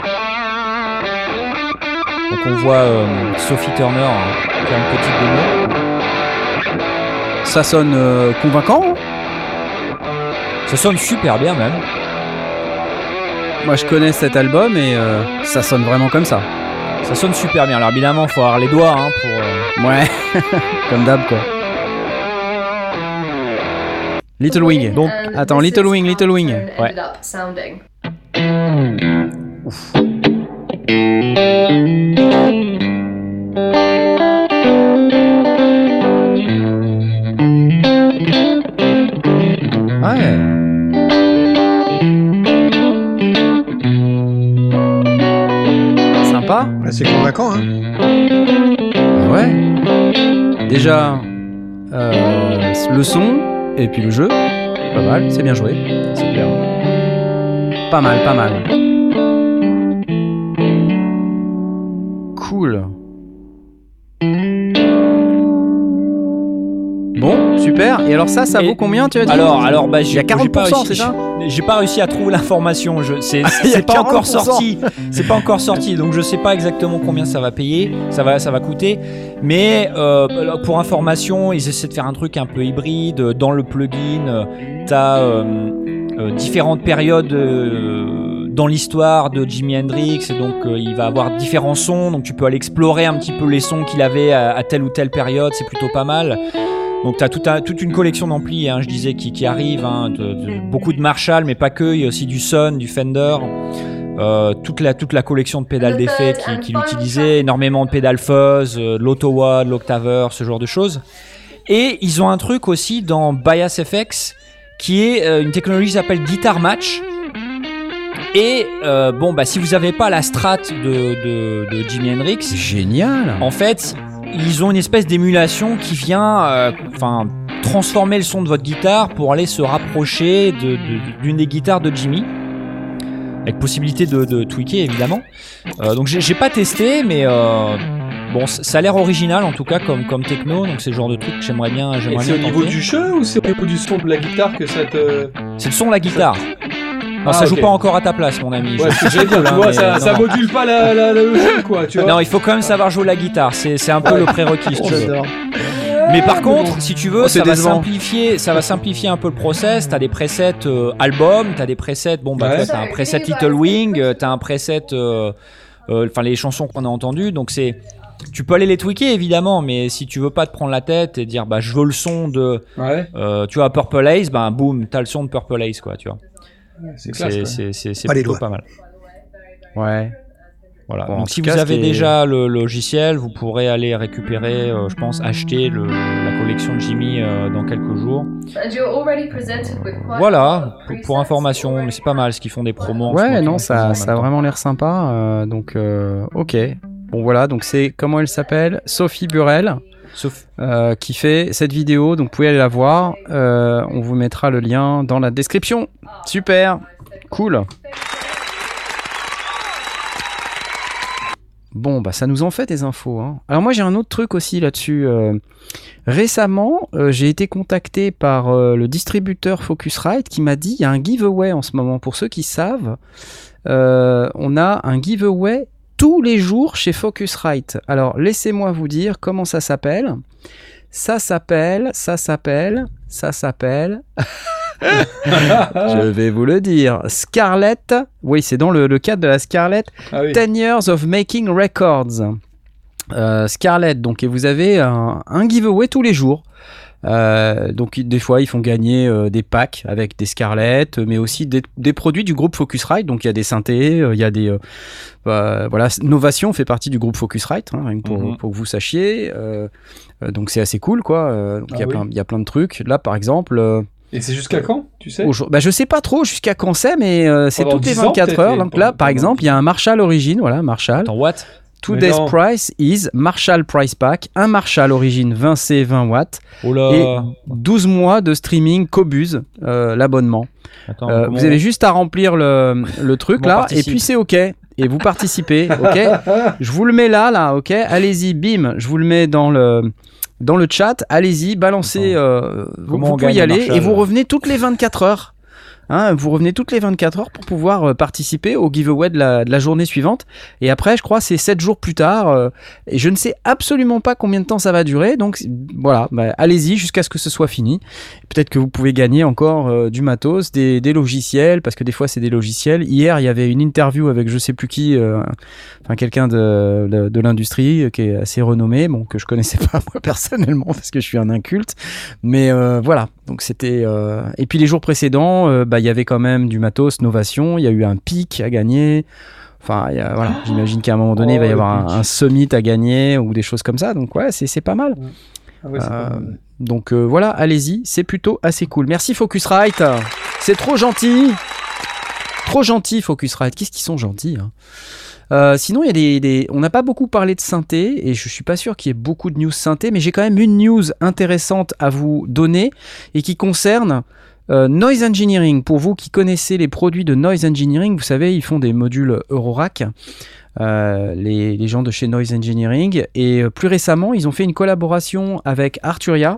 Donc on voit euh, Sophie Turner hein, faire une petite démo. Ça sonne euh, convaincant. Ça sonne super bien même. Moi je connais cet album et euh, ça sonne vraiment comme ça. Ça sonne super bien. Alors évidemment, faut avoir les doigts hein, pour. Euh... Ouais, comme d'hab quoi. Little Wing. Donc, attends, Little Wing, Little Wing. Ouais. Ouf. Ouais. Sympa. Ouais, c'est convaincant, hein. Ouais. Déjà, euh, le son et puis le jeu, pas mal, c'est bien joué. C'est bien. Pas mal, pas mal. Cool. Bon, super. Et alors ça, ça Et vaut combien, tu as dit? Alors, alors, bah, il y a quarante pour cent, c'est ça? J'ai pas réussi à trouver l'information. Je, c'est, Il y a c'est pas encore quarante pour cent. sorti. C'est pas encore sorti, donc je sais pas exactement combien ça va payer, ça va, ça va coûter. Mais euh, pour information, ils essaient de faire un truc un peu hybride. Dans le plugin, euh, t'as euh, euh, différentes périodes. Euh, dans l'histoire de Jimi Hendrix, et donc euh, il va avoir différents sons, donc tu peux aller explorer un petit peu les sons qu'il avait à, à telle ou telle période, c'est plutôt pas mal. Donc tu as tout toute une collection d'amplis, hein, je disais, qui, qui arrive, hein, de, de, beaucoup de Marshall, mais pas que, il y a aussi du Son, du Fender, euh, toute, la, toute la collection de pédales d'effet qu'il qui utilisait, énormément de pédales fuzz, euh, de l'Ottawa, de l'Octaver, ce genre de choses. Et ils ont un truc aussi dans Bias F X, qui est euh, une technologie qui s'appelle Guitar Match. Et euh, bon, bah si vous n'avez pas la strat de, de, de Jimi Hendrix, génial. En fait, ils ont une espèce d'émulation qui vient, enfin, euh, transformer le son de votre guitare pour aller se rapprocher de, de, d'une des guitares de Jimi, avec possibilité de, de tweaker évidemment. Euh, donc j'ai, j'ai pas testé, mais euh, bon, ça a l'air original en tout cas comme comme techno. Donc c'est le genre de truc que j'aimerais bien, j'aimerais Et c'est bien au niveau tenter. du jeu ou c'est au niveau du son de la guitare que ça te... C'est le son de la guitare. Non, Ah, ça joue ok. pas encore à ta place, mon ami. Ouais, Je- c'est ce que j'allais dire, Là, tu vois, mais ça, non, ça non. module pas la, la, la- le jeu, quoi, tu vois. Non, il faut quand même savoir jouer la guitare. C'est, c'est un peu le prérequis. si tu veux. J'adore. Mais par contre, si tu veux, Oh, c'est ça va décevant. simplifier, ça va simplifier un peu le process. T'as des presets euh, album, t'as des presets. Bon bah, Ouais. toi, t'as un preset Little Wing, euh, t'as un preset, euh, euh, enfin les chansons qu'on a entendues. Donc c'est, tu peux aller les tweaker évidemment, mais si tu veux pas te prendre la tête et dire bah je veux le son de, Ouais, euh, tu vois Purple Haze, bah boum, t'as le son de Purple Haze quoi, tu vois. c'est classe, C'est, quoi. c'est, c'est, c'est Pas les plutôt doigts. pas mal. Ouais. Voilà. Bon, en Donc tout si cas, vous ce avez qui est- déjà le logiciel, vous pourrez aller récupérer, euh, je pense, acheter le, la collection de Jimi euh, dans quelques jours. Voilà, pour, pour information, mais c'est pas mal ce qu'ils font des promos. en ce Ouais, moment, non, en ça, même ça a temps. vraiment l'air sympa. euh, donc, euh, ok. Bon, voilà, donc c'est, comment elle s'appelle? Sophie Burrell, Sauf, euh, qui fait cette vidéo. Donc, vous pouvez aller la voir. Euh, on vous mettra le lien dans la description. Super, cool. Bon, bah ça nous en fait des infos. Hein. Alors moi j'ai un autre truc aussi là-dessus. Euh, récemment, euh, j'ai été contacté par euh, le distributeur Focusrite qui m'a dit il y a un giveaway en ce moment. Pour ceux qui savent, euh, on a un giveaway tous les jours chez Focusrite. Alors laissez-moi vous dire comment ça s'appelle. Ça s'appelle, ça s'appelle, ça s'appelle... Je vais vous le dire. Scarlett, oui, c'est dans le, le cadre de la Scarlett Ah oui. ten years of Making Records. Euh, Scarlett, donc, et vous avez un, un giveaway tous les jours. Euh, donc des fois ils font gagner euh, des packs avec des Scarlett, mais aussi des, des produits du groupe Focusrite. Donc il y a des synthés, euh, il y a des... Euh, euh, voilà, Novation fait partie du groupe Focusrite, hein, rien que pour, Mhm. pour que vous sachiez. Euh, euh, donc c'est assez cool, quoi. Euh, donc il y a Ah oui. plein, il y a plein de trucs. Là, par exemple... Euh, Et c'est jusqu'à quand, tu sais? Aujourd- bah, je sais pas trop jusqu'à quand c'est, mais euh, c'est Pendant toutes les dix ans, vingt-quatre peut-être, heures. et Donc là, pendant- par pendant exemple, il y a un Marshall Origin, voilà, Marshall. Attends, what? Today's non. price is Marshall Price Pack, un Marshall Origin vingt C vingt watts Oh là. et douze mois de streaming Cobuz, euh, l'abonnement. Attends, Euh, comment- Vous avez juste à remplir le, le truc Comment on là, et participe puis c'est OK. Et vous participez, OK. Je vous le mets là, là, OK. Allez-y, bim, je vous le mets dans le... Dans le chat, allez-y, balancez, euh, vous, Comment vous on pouvez y gagne un aller Marshall et vous revenez toutes les vingt-quatre heures. Hein, vous revenez toutes les vingt-quatre heures pour pouvoir euh, participer au giveaway de la, de la journée suivante. Et après, je crois, c'est sept jours plus tard. Euh, et je ne sais absolument pas combien de temps ça va durer. Donc voilà, bah, allez-y jusqu'à ce que ce soit fini. Peut-être que vous pouvez gagner encore euh, du matos, des, des logiciels, parce que des fois, c'est des logiciels. Hier, il y avait une interview avec je sais plus qui, euh, enfin quelqu'un de, de, de l'industrie euh, qui est assez renommé, bon, que je connaissais pas moi personnellement, parce que je suis un inculte. Mais euh, voilà, donc c'était... Euh... Et puis les jours précédents, euh, bah, il y avait quand même du matos, Novation, il y a eu un pic à gagner. Enfin, il y a, voilà, j'imagine qu'à un moment donné, Oh, il va y le avoir un, pic. un summit à gagner ou des choses comme ça. Donc ouais, c'est, c'est pas mal. Ah ouais, c'est pas Euh, mal. donc euh, voilà, allez-y, c'est plutôt assez cool. Merci Focusrite, c'est trop gentil. Trop gentil Focusrite, qu'est-ce qu'ils sont gentils, hein. Euh, sinon, il y a des, des... on n'a pas beaucoup parlé de synthé et je suis pas sûr qu'il y ait beaucoup de news synthé, mais j'ai quand même une news intéressante à vous donner et qui concerne euh, Noise Engineering. Pour vous qui connaissez les produits de Noise Engineering, vous savez, ils font des modules Eurorack, euh, les, les gens de chez Noise Engineering, et euh, plus récemment, ils ont fait une collaboration avec Arturia.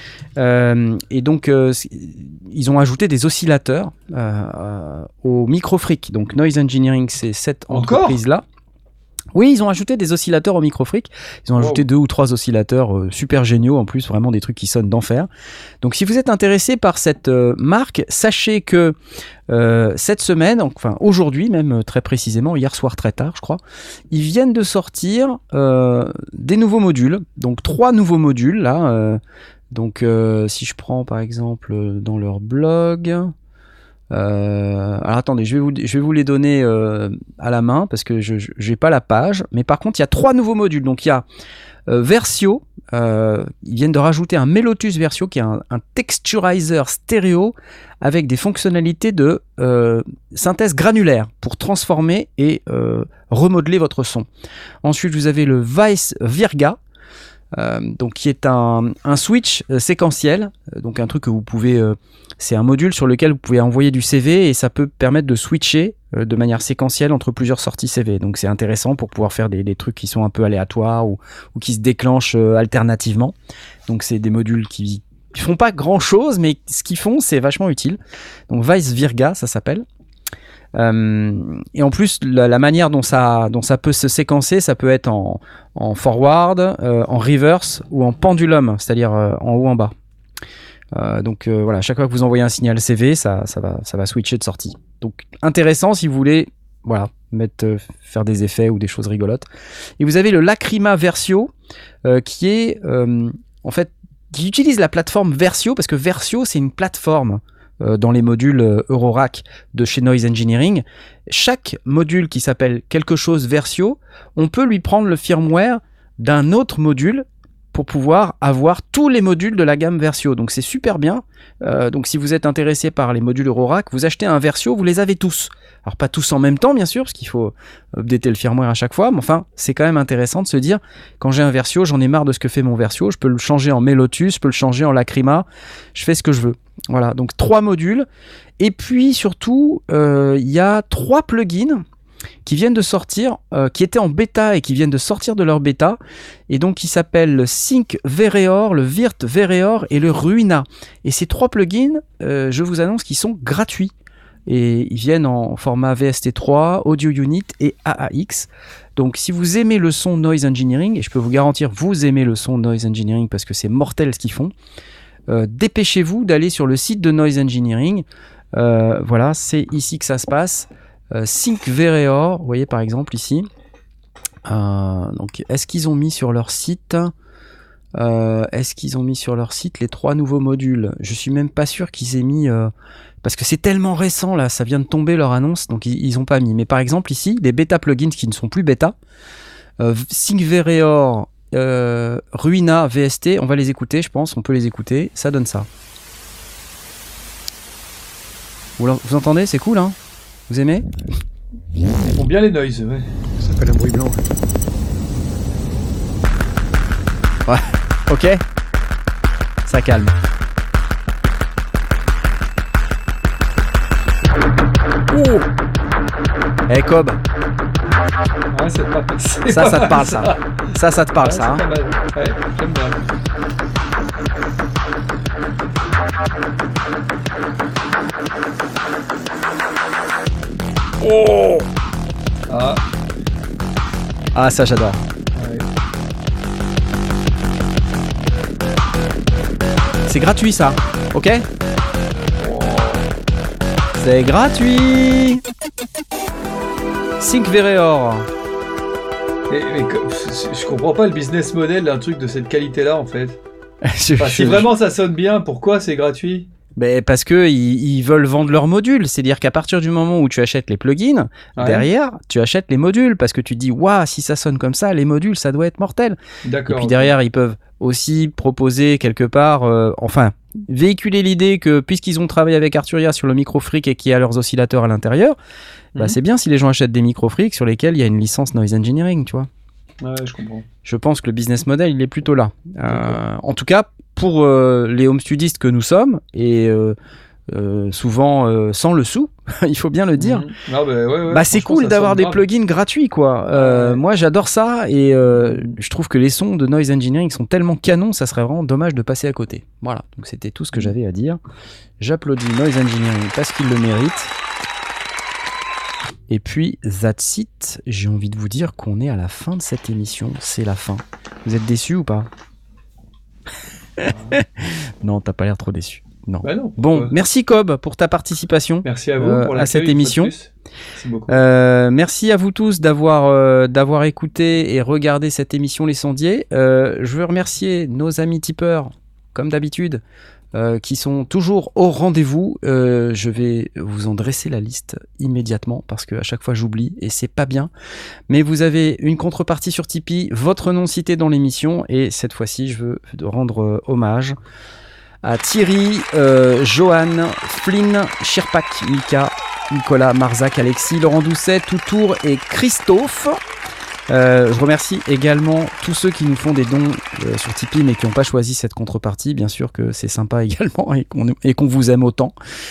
Euh, et donc, euh, ils ont ajouté des oscillateurs euh, euh, au Microfreak. Donc, Noise Engineering, c'est cette Encore entreprise-là. Oui, ils ont ajouté des oscillateurs au Microfreak. Ils ont ajouté Wow. deux ou trois oscillateurs euh, super géniaux, en plus, vraiment des trucs qui sonnent d'enfer. Donc, si vous êtes intéressé par cette euh, marque, sachez que euh, cette semaine, enfin aujourd'hui même euh, très précisément, hier soir très tard, je crois, ils viennent de sortir euh, des nouveaux modules. Donc, trois nouveaux modules, là. Euh, donc, euh, si je prends par exemple euh, dans leur blog... Euh, alors attendez, je vais vous, je vais vous les donner euh, à la main parce que je n'ai pas la page. Mais par contre, il y a trois nouveaux modules. Donc il y a euh, Versio. Euh, ils viennent de rajouter un Melotus Versio qui est un, un texturizer stéréo avec des fonctionnalités de euh, synthèse granulaire pour transformer et euh, remodeler votre son. Ensuite, vous avez le Vice Virga. Euh, donc qui est un, un switch euh, séquentiel, euh, donc un truc que vous pouvez, euh, c'est un module sur lequel vous pouvez envoyer du C V et ça peut permettre de switcher euh, de manière séquentielle entre plusieurs sorties C V. Donc c'est intéressant pour pouvoir faire des, des trucs qui sont un peu aléatoires ou, ou qui se déclenchent euh, alternativement. Donc c'est des modules qui ne font pas grand chose, mais ce qu'ils font c'est vachement utile. Donc Vice Virga ça s'appelle. Euh, et en plus, la, la manière dont ça, dont ça peut se séquencer, ça peut être en, en forward, euh, en reverse ou en pendulum, c'est-à-dire euh, en haut, en bas. Euh, donc euh, voilà, chaque fois que vous envoyez un signal C V, ça, ça, va, ça va switcher de sortie. Donc intéressant si vous voulez, voilà, mettre, euh, faire des effets ou des choses rigolotes. Et vous avez le Lacrima Versio, euh, qui est euh, en fait, qui utilise la plateforme Versio, parce que Versio, c'est une plateforme dans les modules Eurorack de chez Noise Engineering. Chaque module qui s'appelle quelque chose Versio, on peut lui prendre le firmware d'un autre module pour pouvoir avoir tous les modules de la gamme Versio. Donc c'est super bien. Euh, donc si vous êtes intéressé par les modules Eurorack, vous achetez un Versio, vous les avez tous. Alors pas tous en même temps bien sûr, parce qu'il faut updater le firmware à chaque fois, mais enfin c'est quand même intéressant de se dire, quand j'ai un Versio, j'en ai marre de ce que fait mon Versio, je peux le changer en Melotus, je peux le changer en Lacrima, je fais ce que je veux. Voilà, donc trois modules. Et puis surtout, il euh, y a trois plugins qui viennent de sortir, euh, qui étaient en bêta et qui viennent de sortir de leur bêta, et donc qui s'appellent le Sync Vereor, le Virt Vereor et le Ruina. Et ces trois plugins, euh, je vous annonce qu'ils sont gratuits. Et ils viennent en format V S T trois, Audio Unit et A A X. Donc si vous aimez le son Noise Engineering, et je peux vous garantir vous aimez le son Noise Engineering parce que c'est mortel ce qu'ils font, euh, dépêchez-vous d'aller sur le site de Noise Engineering. Euh, voilà, c'est ici que ça se passe. Euh, Sync Vereor, vous voyez par exemple ici. Euh, donc, est-ce qu'ils ont mis sur leur site Euh, est-ce qu'ils ont mis sur leur site les trois nouveaux modules? Je suis même pas sûr qu'ils aient mis... Euh, parce que c'est tellement récent, là, ça vient de tomber leur annonce, donc ils, ils ont pas mis. Mais par exemple, ici, les bêta plugins qui ne sont plus bêta, euh, SyncVereor, euh, Ruina, V S T, on va les écouter, je pense, on peut les écouter, ça donne ça. Vous, vous entendez? C'est cool, hein? Vous aimez? Ils font bien les noises, ouais. Ça s'appelle un bruit blanc. Ouais, ok. Ça calme. Oh! Eh, Cobb. Ouais, c'est pas, c'est Ça, pas ça te mal, parle, ça. Ça, ça, ça te parle, Ouais, ça. Hein. c'est pas mal. Ouais, j'aime bien. Oh! Ah, Ah, ça, j'adore. ouais. C'est gratuit, ça. Ok? C'est gratuit. SyncVereor. Mais, mais comme- je, je comprends pas le business model d'un truc de cette qualité-là, en fait. Je- Enfin, je- si vraiment ça sonne bien, pourquoi c'est gratuit? Ben, parce que ils, ils veulent vendre leurs modules. C'est-à-dire qu'à partir du moment où tu achètes les plugins, Ouais. derrière, tu achètes les modules. Parce que tu te dis, waouh, si ça sonne comme ça, les modules, ça doit être mortel. Et D'accord. puis ok. derrière, ils peuvent aussi proposer quelque part, euh, enfin, véhiculer l'idée que puisqu'ils ont travaillé avec Arturia sur le micro-freak et qu'il y a leurs oscillateurs à l'intérieur, bah, Mhm. c'est bien si les gens achètent des micro-freaks sur lesquels il y a une licence noise engineering, tu vois. Ouais, je comprends. Je pense que le business model, il est plutôt là. Euh, en tout cas, pour euh, les home studistes que nous sommes, et euh, euh, souvent euh, sans le sou, il faut bien le dire, Mhm. Ah, bah, ouais, ouais, bah, c'est franchement, cool ça d'avoir sonne des grave. plugins gratuits, quoi. Euh, Ouais. Moi, j'adore ça, et euh, je trouve que les sons de noise engineering sont tellement canons, ça serait vraiment dommage de passer à côté. Voilà, donc c'était tout ce que j'avais à dire. J'applaudis noise engineering parce qu'il le mérite. Et puis, that's it. J'ai envie de vous dire qu'on est à la fin de cette émission. C'est la fin. Vous êtes déçus ou pas? Non, t'as pas l'air trop déçu. Non. Bah non, Bon, pourquoi? merci Cobb pour ta participation. Merci à vous euh, pour à l'accueil, cette une fois de émission. plus. Merci beaucoup. Euh, merci à vous tous d'avoir euh, d'avoir écouté et regardé cette émission Les Sondiers. Euh, je veux remercier nos amis tipeurs, comme d'habitude, euh, qui sont toujours au rendez-vous. Euh, je vais vous en dresser la liste immédiatement parce qu'à chaque fois j'oublie et c'est pas bien. Mais vous avez une contrepartie sur Tipeee, votre nom cité dans l'émission, et cette fois-ci je veux rendre euh, hommage à Thierry, euh, Johan, Flynn, Shirpak, Mika, Nicolas, Marzac, Alexis, Laurent Doucet, Toutour et Christophe. Euh, je remercie également tous ceux qui nous font des dons euh, sur Tipeee mais qui n'ont pas choisi cette contrepartie. Bien sûr que c'est sympa également et qu'on, et qu'on vous aime autant.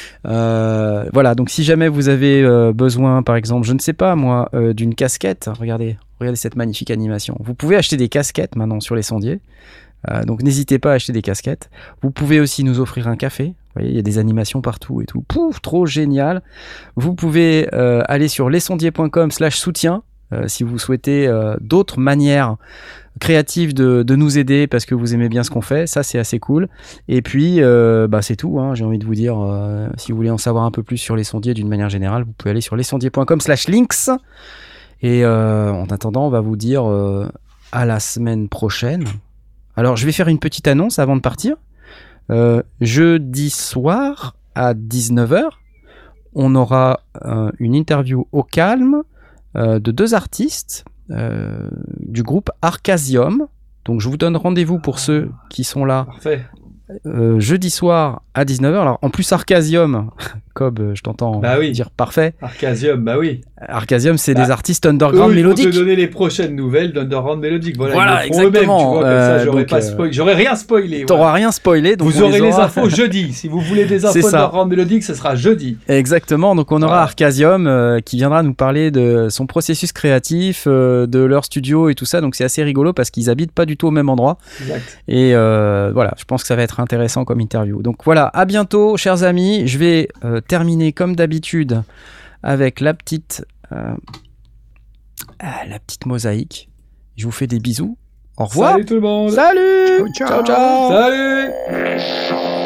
Euh, voilà, donc si jamais vous avez euh, besoin, par exemple, je ne sais pas moi, euh, d'une casquette, regardez, regardez cette magnifique animation. Vous pouvez acheter des casquettes maintenant sur les sondiers. Euh, donc n'hésitez pas à acheter des casquettes. Vous pouvez aussi nous offrir un café. Vous voyez, il y a des animations partout et tout. Pouf, trop génial. Vous pouvez euh, aller sur lesondiers.com slash soutien euh, si vous souhaitez euh, d'autres manières créatives de, de nous aider parce que vous aimez bien ce qu'on fait. Ça, c'est assez cool. Et puis, euh, bah, c'est tout. Hein, j'ai envie de vous dire, euh, si vous voulez en savoir un peu plus sur les sondiers d'une manière générale, vous pouvez aller sur lesondiers.com slash links. Et euh, en attendant, on va vous dire euh, à la semaine prochaine. Alors, je vais faire une petite annonce avant de partir. Euh, jeudi soir à dix-neuf heures, on aura euh, une interview au calme euh, de deux artistes euh, du groupe Arcasium. Donc, je vous donne rendez-vous pour ceux qui sont là Parfait. euh, jeudi soir à dix-neuf heures. Alors, en plus, Arcasium, Cobb, je t'entends Bah oui. dire parfait. Arcasium, bah oui. Arcasium, c'est Bah, des artistes underground Eux, ils vont mélodiques. te donner les prochaines nouvelles d'Underground Mélodique. Voilà, Voilà, ils le feront eux-mêmes, exactement. tu vois, comme Euh, ça, j'aurais donc, pas euh, spoil- j'aurais rien spoilé. T'auras voilà. rien spoilé. Donc Vous on aurez les aura. infos jeudi. Si vous voulez des C'est infos ça. d'Underground Mélodique, ce sera jeudi. Exactement, donc on aura Voilà. Arcasium euh, qui viendra nous parler de son processus créatif, euh, de leur studio et tout ça, donc c'est assez rigolo parce qu'ils habitent pas du tout au même endroit Exact. et euh, voilà, je pense que ça va être intéressant comme interview. Donc voilà, à bientôt chers amis, je vais euh, terminer comme d'habitude avec la petite, euh, ah, la petite mosaïque. Je vous fais des bisous, au revoir. Salut tout le monde. Salut. Ciao, ciao. ciao, ciao. Salut.